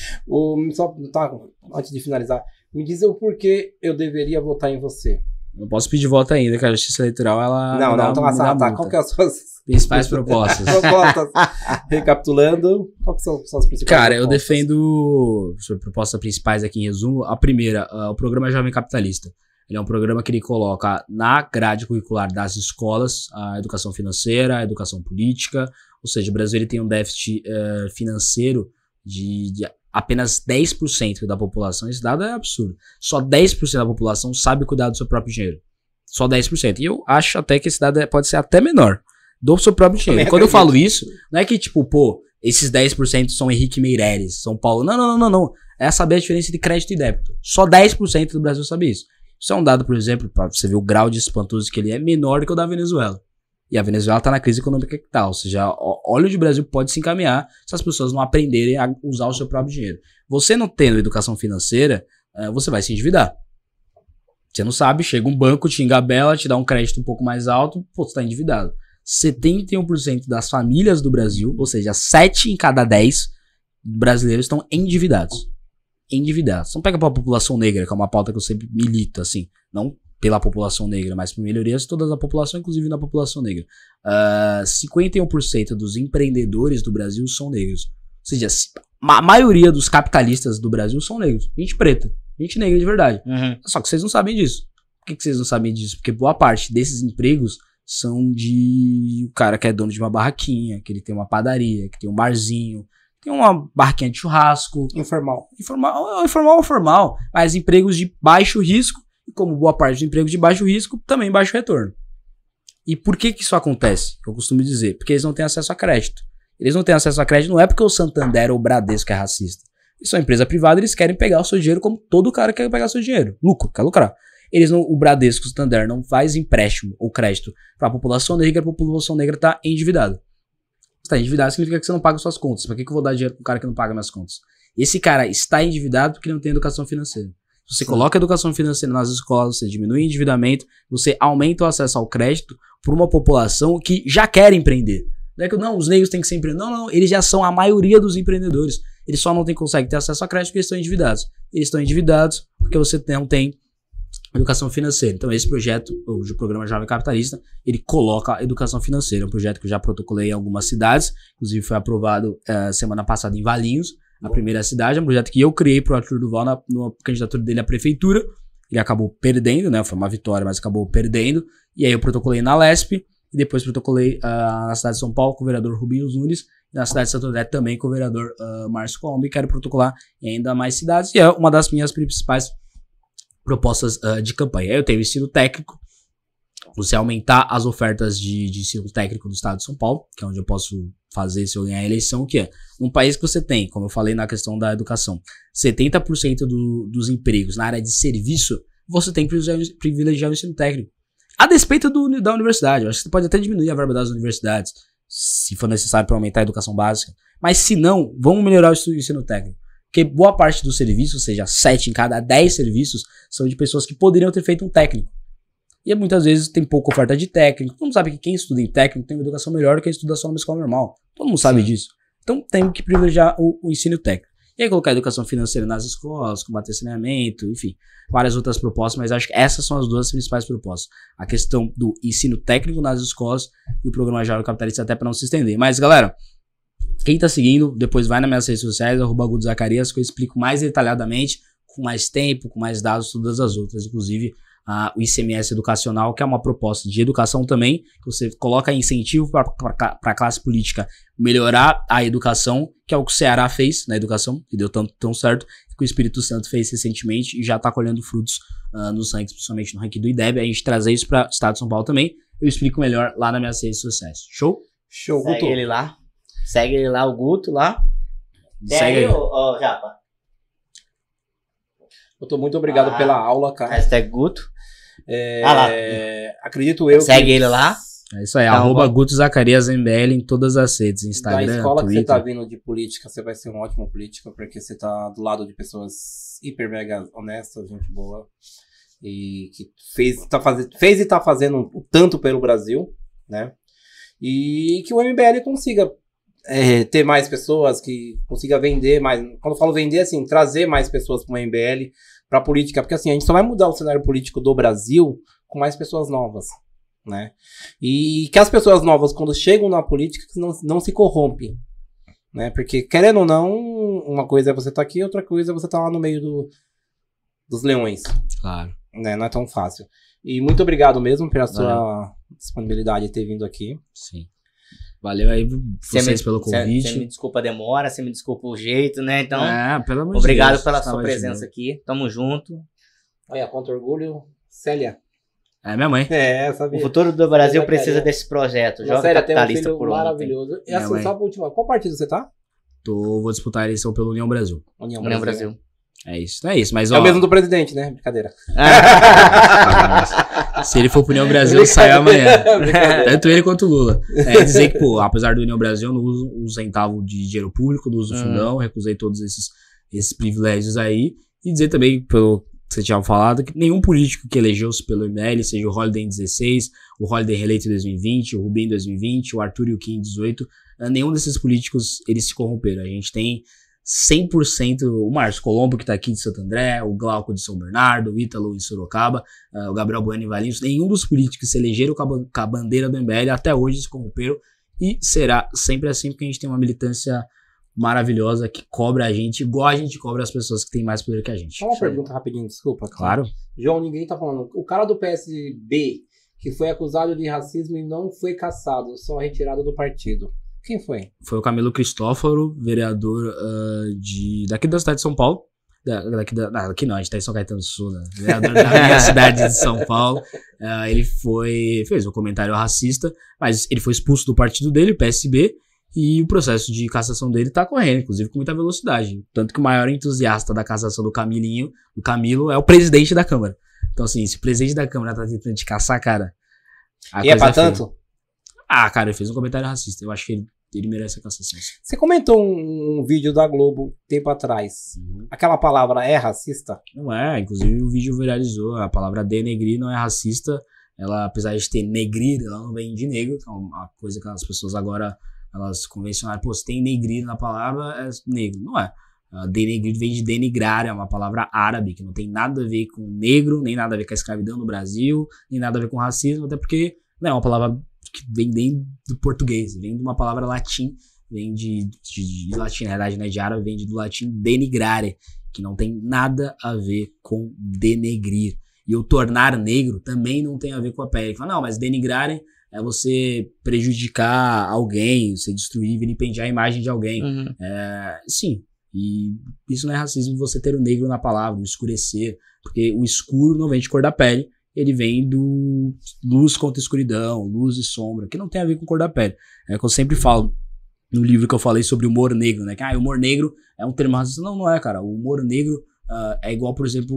Speaker 4: O, só, tá, antes de finalizar, me diz o porquê eu deveria votar em você.
Speaker 2: Não posso pedir voto ainda, que a Justiça Eleitoral, ela...
Speaker 4: Não, não, então tá, tá. Qual que é as suas...
Speaker 2: Principais propostas.
Speaker 4: propostas. Recapitulando, qual que são, são as principais
Speaker 2: Cara,
Speaker 4: propostas?
Speaker 2: eu defendo sobre propostas principais aqui em resumo. A primeira, uh, o programa Jovem Capitalista. Ele é um programa que ele coloca na grade curricular das escolas a educação financeira, a educação política. Ou seja, o Brasil ele tem um déficit uh, financeiro de, de apenas dez por cento da população. Esse dado é absurdo. Só dez por cento da população sabe cuidar do seu próprio dinheiro. Só dez por cento. E eu acho até que esse dado pode ser até menor. Do seu próprio dinheiro. Quando eu falo isso, não é que tipo, pô, esses dez por cento são Henrique Meireles, São Paulo. Não, não, não, não, não. É saber a diferença de crédito e débito. Só dez por cento do Brasil sabe isso. Isso é um dado, por exemplo, pra você ver o grau de espantoso que ele é, menor do que o da Venezuela. E a Venezuela tá na crise econômica que tá. Ou seja, olha onde o Brasil pode se encaminhar se as pessoas não aprenderem a usar o seu próprio dinheiro. Você não tendo educação financeira, você vai se endividar. Você não sabe, chega um banco, te engabela, te dá um crédito um pouco mais alto, pô, você tá endividado. setenta e um por cento das famílias do Brasil, ou seja, sete em cada dez brasileiros estão endividados. Endividados. Então pega pra população negra, que é uma pauta que eu sempre milito, assim, não pela população negra, mas por melhorias de toda a população, inclusive na população negra. Uh, cinquenta e um por cento dos empreendedores do Brasil são negros. Ou seja, a maioria dos capitalistas do Brasil são negros. Gente preta, gente negra de verdade. Uhum. Só que vocês não sabem disso. Por que, que vocês não sabem disso? Porque boa parte desses empregos são de o cara que é dono de uma barraquinha, que ele tem uma padaria, que tem um barzinho, tem uma barraquinha de churrasco.
Speaker 4: Informal.
Speaker 2: Informal, informal ou formal, mas empregos de baixo risco, e como boa parte dos empregos de baixo risco, também baixo retorno. E por que que isso acontece? Eu costumo dizer, porque eles não têm acesso a crédito. Eles não têm acesso a crédito não é porque o Santander ou o Bradesco é racista. Eles são empresa privada, eles querem pegar o seu dinheiro como todo cara quer pegar o seu dinheiro. Lucro, quer lucrar. Eles não, o Bradesco, o Santander, não faz empréstimo ou crédito para a população negra, a população negra está endividada. Se está endividado significa que você não paga suas contas. Para que, que eu vou dar dinheiro para um cara que não paga minhas contas? Esse cara está endividado porque ele não tem educação financeira. Se você Sim. coloca a educação financeira nas escolas, você diminui o endividamento, você aumenta o acesso ao crédito por uma população que já quer empreender. Não é que não, os negros têm que ser empreendedores. Não, não, eles já são a maioria dos empreendedores. Eles só não tem, conseguem ter acesso a crédito porque eles estão endividados. Eles estão endividados porque você não tem educação financeira. Então esse projeto, o programa Jovem Capitalista, ele coloca a educação financeira. É um projeto que eu já protocolei em algumas cidades, inclusive foi aprovado uh, semana passada em Valinhos, a primeira cidade. É um projeto que eu criei para o Arthur Duval na, na candidatura dele à prefeitura. Ele acabou perdendo, né? Foi uma vitória, mas acabou perdendo. E aí eu protocolei na Lesp, e depois protocolei uh, na cidade de São Paulo com o vereador Rubinho Nunes, e na cidade de Santo André também com o vereador uh, Márcio Colombo, e quero protocolar em ainda mais cidades, e é uma das minhas principais propostas uh, de campanha. Eu tenho ensino técnico, você aumentar as ofertas de, de ensino técnico do estado de São Paulo, que é onde eu posso fazer se eu ganhar a eleição, que é um país que você tem, como eu falei na questão da educação, setenta por cento do, dos empregos na área de serviço, você tem que privilegiar, privilegiar o ensino técnico. A despeito do, da universidade, eu acho que você pode até diminuir a verba das universidades, se for necessário para aumentar a educação básica, mas se não, vamos melhorar o ensino técnico. Porque boa parte dos serviços, ou seja, sete em cada dez serviços, são de pessoas que poderiam ter feito um técnico. E muitas vezes tem pouca oferta de técnico. Todo mundo sabe que quem estuda em técnico tem uma educação melhor do que quem estuda só numa escola normal. Todo mundo sabe Sim. disso. Então tem que privilegiar o, o ensino técnico. E aí colocar a educação financeira nas escolas, combater saneamento, enfim, várias outras propostas, mas acho que essas são as duas principais propostas. A questão do ensino técnico nas escolas e o programa Jovem Capitalista, até para não se estender. Mas, galera, Quem tá seguindo, depois vai nas minhas redes sociais, arroba Guto Zacarias, que eu explico mais detalhadamente, com mais tempo, com mais dados, todas as outras, inclusive a, o I C M S educacional, que é uma proposta de educação também, que você coloca incentivo para a classe política melhorar a educação, que é o que o Ceará fez na educação, que deu tão, tão certo, que o Espírito Santo fez recentemente e já está colhendo frutos uh, nos rankings, principalmente no ranking do I D E B. A gente trazer isso para o estado de São Paulo também, eu explico melhor lá nas minhas redes sociais. Show?
Speaker 4: Show,
Speaker 1: Segue
Speaker 4: Guto.
Speaker 1: ele lá. Segue ele lá, o Guto lá.
Speaker 2: Segue aí.
Speaker 1: Ô, ô, Japa.
Speaker 4: Guto, muito obrigado
Speaker 1: Ah.
Speaker 4: pela aula, cara.
Speaker 1: Hashtag Guto.
Speaker 4: É,
Speaker 1: Ah lá.
Speaker 4: acredito eu
Speaker 1: Segue
Speaker 4: que
Speaker 1: ele lá.
Speaker 2: É isso aí,
Speaker 1: Então,
Speaker 2: arroba
Speaker 1: vamos-
Speaker 2: Guto Zacarias M B L em todas as redes,
Speaker 4: da
Speaker 2: Instagram,
Speaker 4: escola que você
Speaker 2: Twitter.
Speaker 4: tá vindo de política, você vai ser um ótimo político, porque você tá do lado de pessoas hiper mega honestas, gente boa, e que fez, tá fazendo, fez e tá fazendo o tanto pelo Brasil, né? E que o M B L consiga é, ter mais pessoas, que consiga vender mais. Quando eu falo vender, assim, trazer mais pessoas para o M B L, para a política, porque assim, a gente só vai mudar o cenário político do Brasil com mais pessoas novas, né? E que as pessoas novas, quando chegam na política, não, não se corrompem, né? Porque, querendo ou não, uma coisa é você estar aqui, outra coisa é você estar lá no meio do, dos leões,
Speaker 2: Claro.
Speaker 4: né? Não é tão fácil. E muito obrigado mesmo pela sua disponibilidade de ter vindo aqui.
Speaker 2: Sim. Valeu aí
Speaker 1: Você
Speaker 2: vocês
Speaker 1: me,
Speaker 2: pelo
Speaker 1: Você
Speaker 2: convite.
Speaker 1: me desculpa a demora, você me desculpa o jeito, né? Então,
Speaker 2: é, pelo amor de
Speaker 1: obrigado
Speaker 2: Deus,
Speaker 1: pela
Speaker 2: tava
Speaker 1: sua
Speaker 2: de
Speaker 1: presença
Speaker 2: boa.
Speaker 1: aqui. Tamo junto.
Speaker 4: Olha, contra orgulho, Célia.
Speaker 2: É minha mãe.
Speaker 4: É,
Speaker 1: O
Speaker 4: sabia.
Speaker 1: futuro do Brasil
Speaker 4: Zacarias.
Speaker 1: precisa desse projeto.
Speaker 4: Mas,
Speaker 1: Jovem
Speaker 4: Célia, tem um
Speaker 1: capitalista
Speaker 4: filho
Speaker 1: por ontem.
Speaker 4: maravilhoso. E
Speaker 2: Minha
Speaker 4: assim,
Speaker 2: mãe.
Speaker 4: só por último, qual partido você tá?
Speaker 2: Tô, vou disputar a eleição pelo União Brasil.
Speaker 4: União
Speaker 1: União Brasil.
Speaker 2: É isso, é isso. Mas,
Speaker 4: É
Speaker 2: ó,
Speaker 4: o mesmo do presidente, né? Brincadeira.
Speaker 2: se ele for pro União Brasil, sai amanhã.
Speaker 4: Brincadeira.
Speaker 2: Tanto ele quanto o Lula. É dizer que, pô, apesar do União Brasil, eu não uso um centavo de dinheiro público, não uso
Speaker 1: Hum.
Speaker 2: fundão, recusei todos esses, esses privilégios aí. E dizer também, pelo que você tinha falado, que nenhum político que elegeu-se pelo M L, seja o Holliday em dezesseis, o Holliday reeleito em dois mil e vinte, o Rubim em dois mil e vinte, o Arthur e o Kim em dezoito, eh, nenhum desses políticos, eles se corromperam. A gente tem cem por cento, o Márcio Colombo, que tá aqui de Santo André, o Glauco de São Bernardo, o Ítalo em Sorocaba, uh, o Gabriel Bueno em Valinhos, nenhum dos políticos que se elegeram com a, ban- com a bandeira do M B L até hoje se corromperam, e será sempre assim, porque a gente tem uma militância maravilhosa que cobra a gente, igual a gente cobra as pessoas que têm mais poder que a gente.
Speaker 4: Só uma pergunta rapidinho, desculpa.
Speaker 2: Claro.
Speaker 4: João, ninguém tá falando. O cara do P S B, que foi acusado de racismo e não foi caçado, só retirado do partido. Quem foi?
Speaker 2: Foi o Camilo Cristóforo, vereador uh, de, daqui da cidade de São Paulo. Da, daqui, da, não, aqui não, a gente tá em São Caetano do Sul, né? Vereador da minha cidade de São Paulo. Uh, ele foi, fez um comentário racista, mas ele foi expulso do partido dele, o P S B, e o processo de cassação dele tá correndo, inclusive com muita velocidade. Tanto que o maior entusiasta da cassação do Camilinho, do Camilo, é o presidente da Câmara. Então, assim, se o presidente da Câmara tá tentando te caçar, cara. a
Speaker 4: E é
Speaker 2: coisa
Speaker 4: pra
Speaker 2: feia.
Speaker 4: tanto?
Speaker 2: Ah, cara, ele fez um comentário racista. Eu acho que ele, ele merece a cassação.
Speaker 4: Você comentou um, um vídeo da Globo tempo atrás. Aquela palavra é racista?
Speaker 2: Não é, inclusive o vídeo viralizou. A palavra denegrir não é racista. Ela, apesar de ter negrir, ela não vem de negro, que é uma coisa que as pessoas agora, elas convencionaram, pô, se tem negrir na palavra, é negro. Não é. Uh, denegrir vem de denigrar, é uma palavra árabe, que não tem nada a ver com negro, nem nada a ver com a escravidão no Brasil, nem nada a ver com racismo, até porque não é uma palavra que vem nem do português, vem de uma palavra latim, vem de, de, de latim, na verdade, né, de árabe, vem de, do latim denigrare, que não tem nada a ver com denegrir. E o tornar negro também não tem a ver com a pele. Fala, não, mas denigrare é você prejudicar alguém, você destruir, vilipendiar a imagem de alguém.
Speaker 1: Uhum.
Speaker 2: É, sim, e isso não é racismo, você ter o negro na palavra, o escurecer, porque o escuro não vem de cor da pele, ele vem do luz contra escuridão, luz e sombra, que não tem a ver com cor da pele. É o que eu sempre falo no livro que eu falei sobre o humor negro, né? Que ah, o humor negro é um termo racista. Não, não é, cara. O humor negro uh, é igual, por exemplo,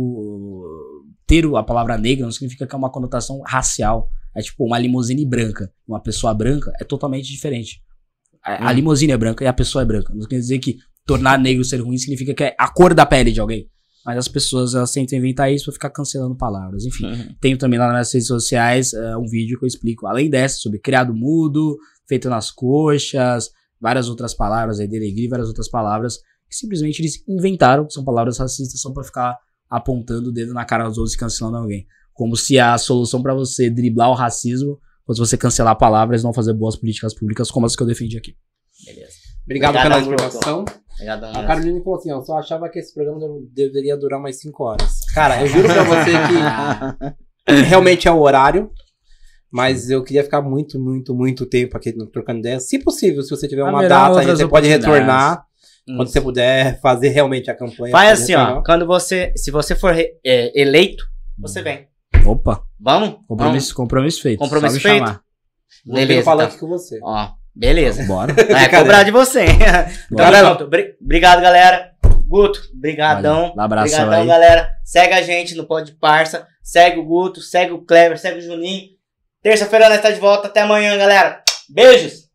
Speaker 2: uh, ter a palavra negra não significa que é uma conotação racial. É tipo uma limusine branca. Uma pessoa branca é totalmente diferente. A, a limusine é branca e a pessoa é branca. Não quer dizer que tornar negro ser ruim significa que é a cor da pele de alguém. Mas as pessoas, elas tentam inventar isso pra ficar cancelando palavras. Enfim,
Speaker 1: Uhum.
Speaker 2: tenho também lá nas redes sociais uh, um vídeo que eu explico, além dessa, sobre criado mudo, feito nas coxas, várias outras palavras, aí, denegrir, várias outras palavras, que simplesmente eles inventaram, que são palavras racistas, só pra ficar apontando o dedo na cara dos outros e cancelando alguém. Como se a solução pra você driblar o racismo fosse você cancelar palavras e não fazer boas políticas públicas como as que eu defendi aqui.
Speaker 1: Beleza.
Speaker 4: Obrigado
Speaker 1: Obrigadão,
Speaker 4: pela
Speaker 1: Guto.
Speaker 4: explicação.
Speaker 1: Obrigado,
Speaker 4: A Caroline falou assim, ó, só achava que esse programa deveria durar mais cinco horas. Cara, eu juro pra você que realmente é o horário, mas eu queria ficar muito, muito, muito tempo aqui no trocando ideia. Se possível, se você tiver uma
Speaker 2: Haverá
Speaker 4: data, aí
Speaker 2: outras
Speaker 4: você pode
Speaker 2: oportunidades.
Speaker 4: retornar quando
Speaker 1: Isso.
Speaker 4: você puder fazer realmente a campanha.
Speaker 1: Faz
Speaker 4: pode
Speaker 1: assim, ó.
Speaker 4: retornar.
Speaker 1: Quando você. Se você for re- é, eleito, você vem.
Speaker 2: Opa,
Speaker 1: Vamos?
Speaker 2: compromisso, compromisso feito.
Speaker 1: Compromisso
Speaker 2: Só me
Speaker 1: feito?
Speaker 2: chamar.
Speaker 4: Vou ver
Speaker 1: Beleza,
Speaker 4: o palanque
Speaker 1: então.
Speaker 4: com você.
Speaker 1: Ó, beleza.
Speaker 2: Bora.
Speaker 1: Vai cobrar de você. Tamo
Speaker 4: Galera-
Speaker 1: junto. Bri- Obrigado, galera. Guto, brigadão.
Speaker 2: Valeu. Um abração
Speaker 1: Brigadão,
Speaker 2: aí.
Speaker 1: galera. Segue a gente no Pod Parça. Segue o Guto, segue o Clever, segue o Juninho. Terça-feira nós tá de volta. Até amanhã, galera. Beijos.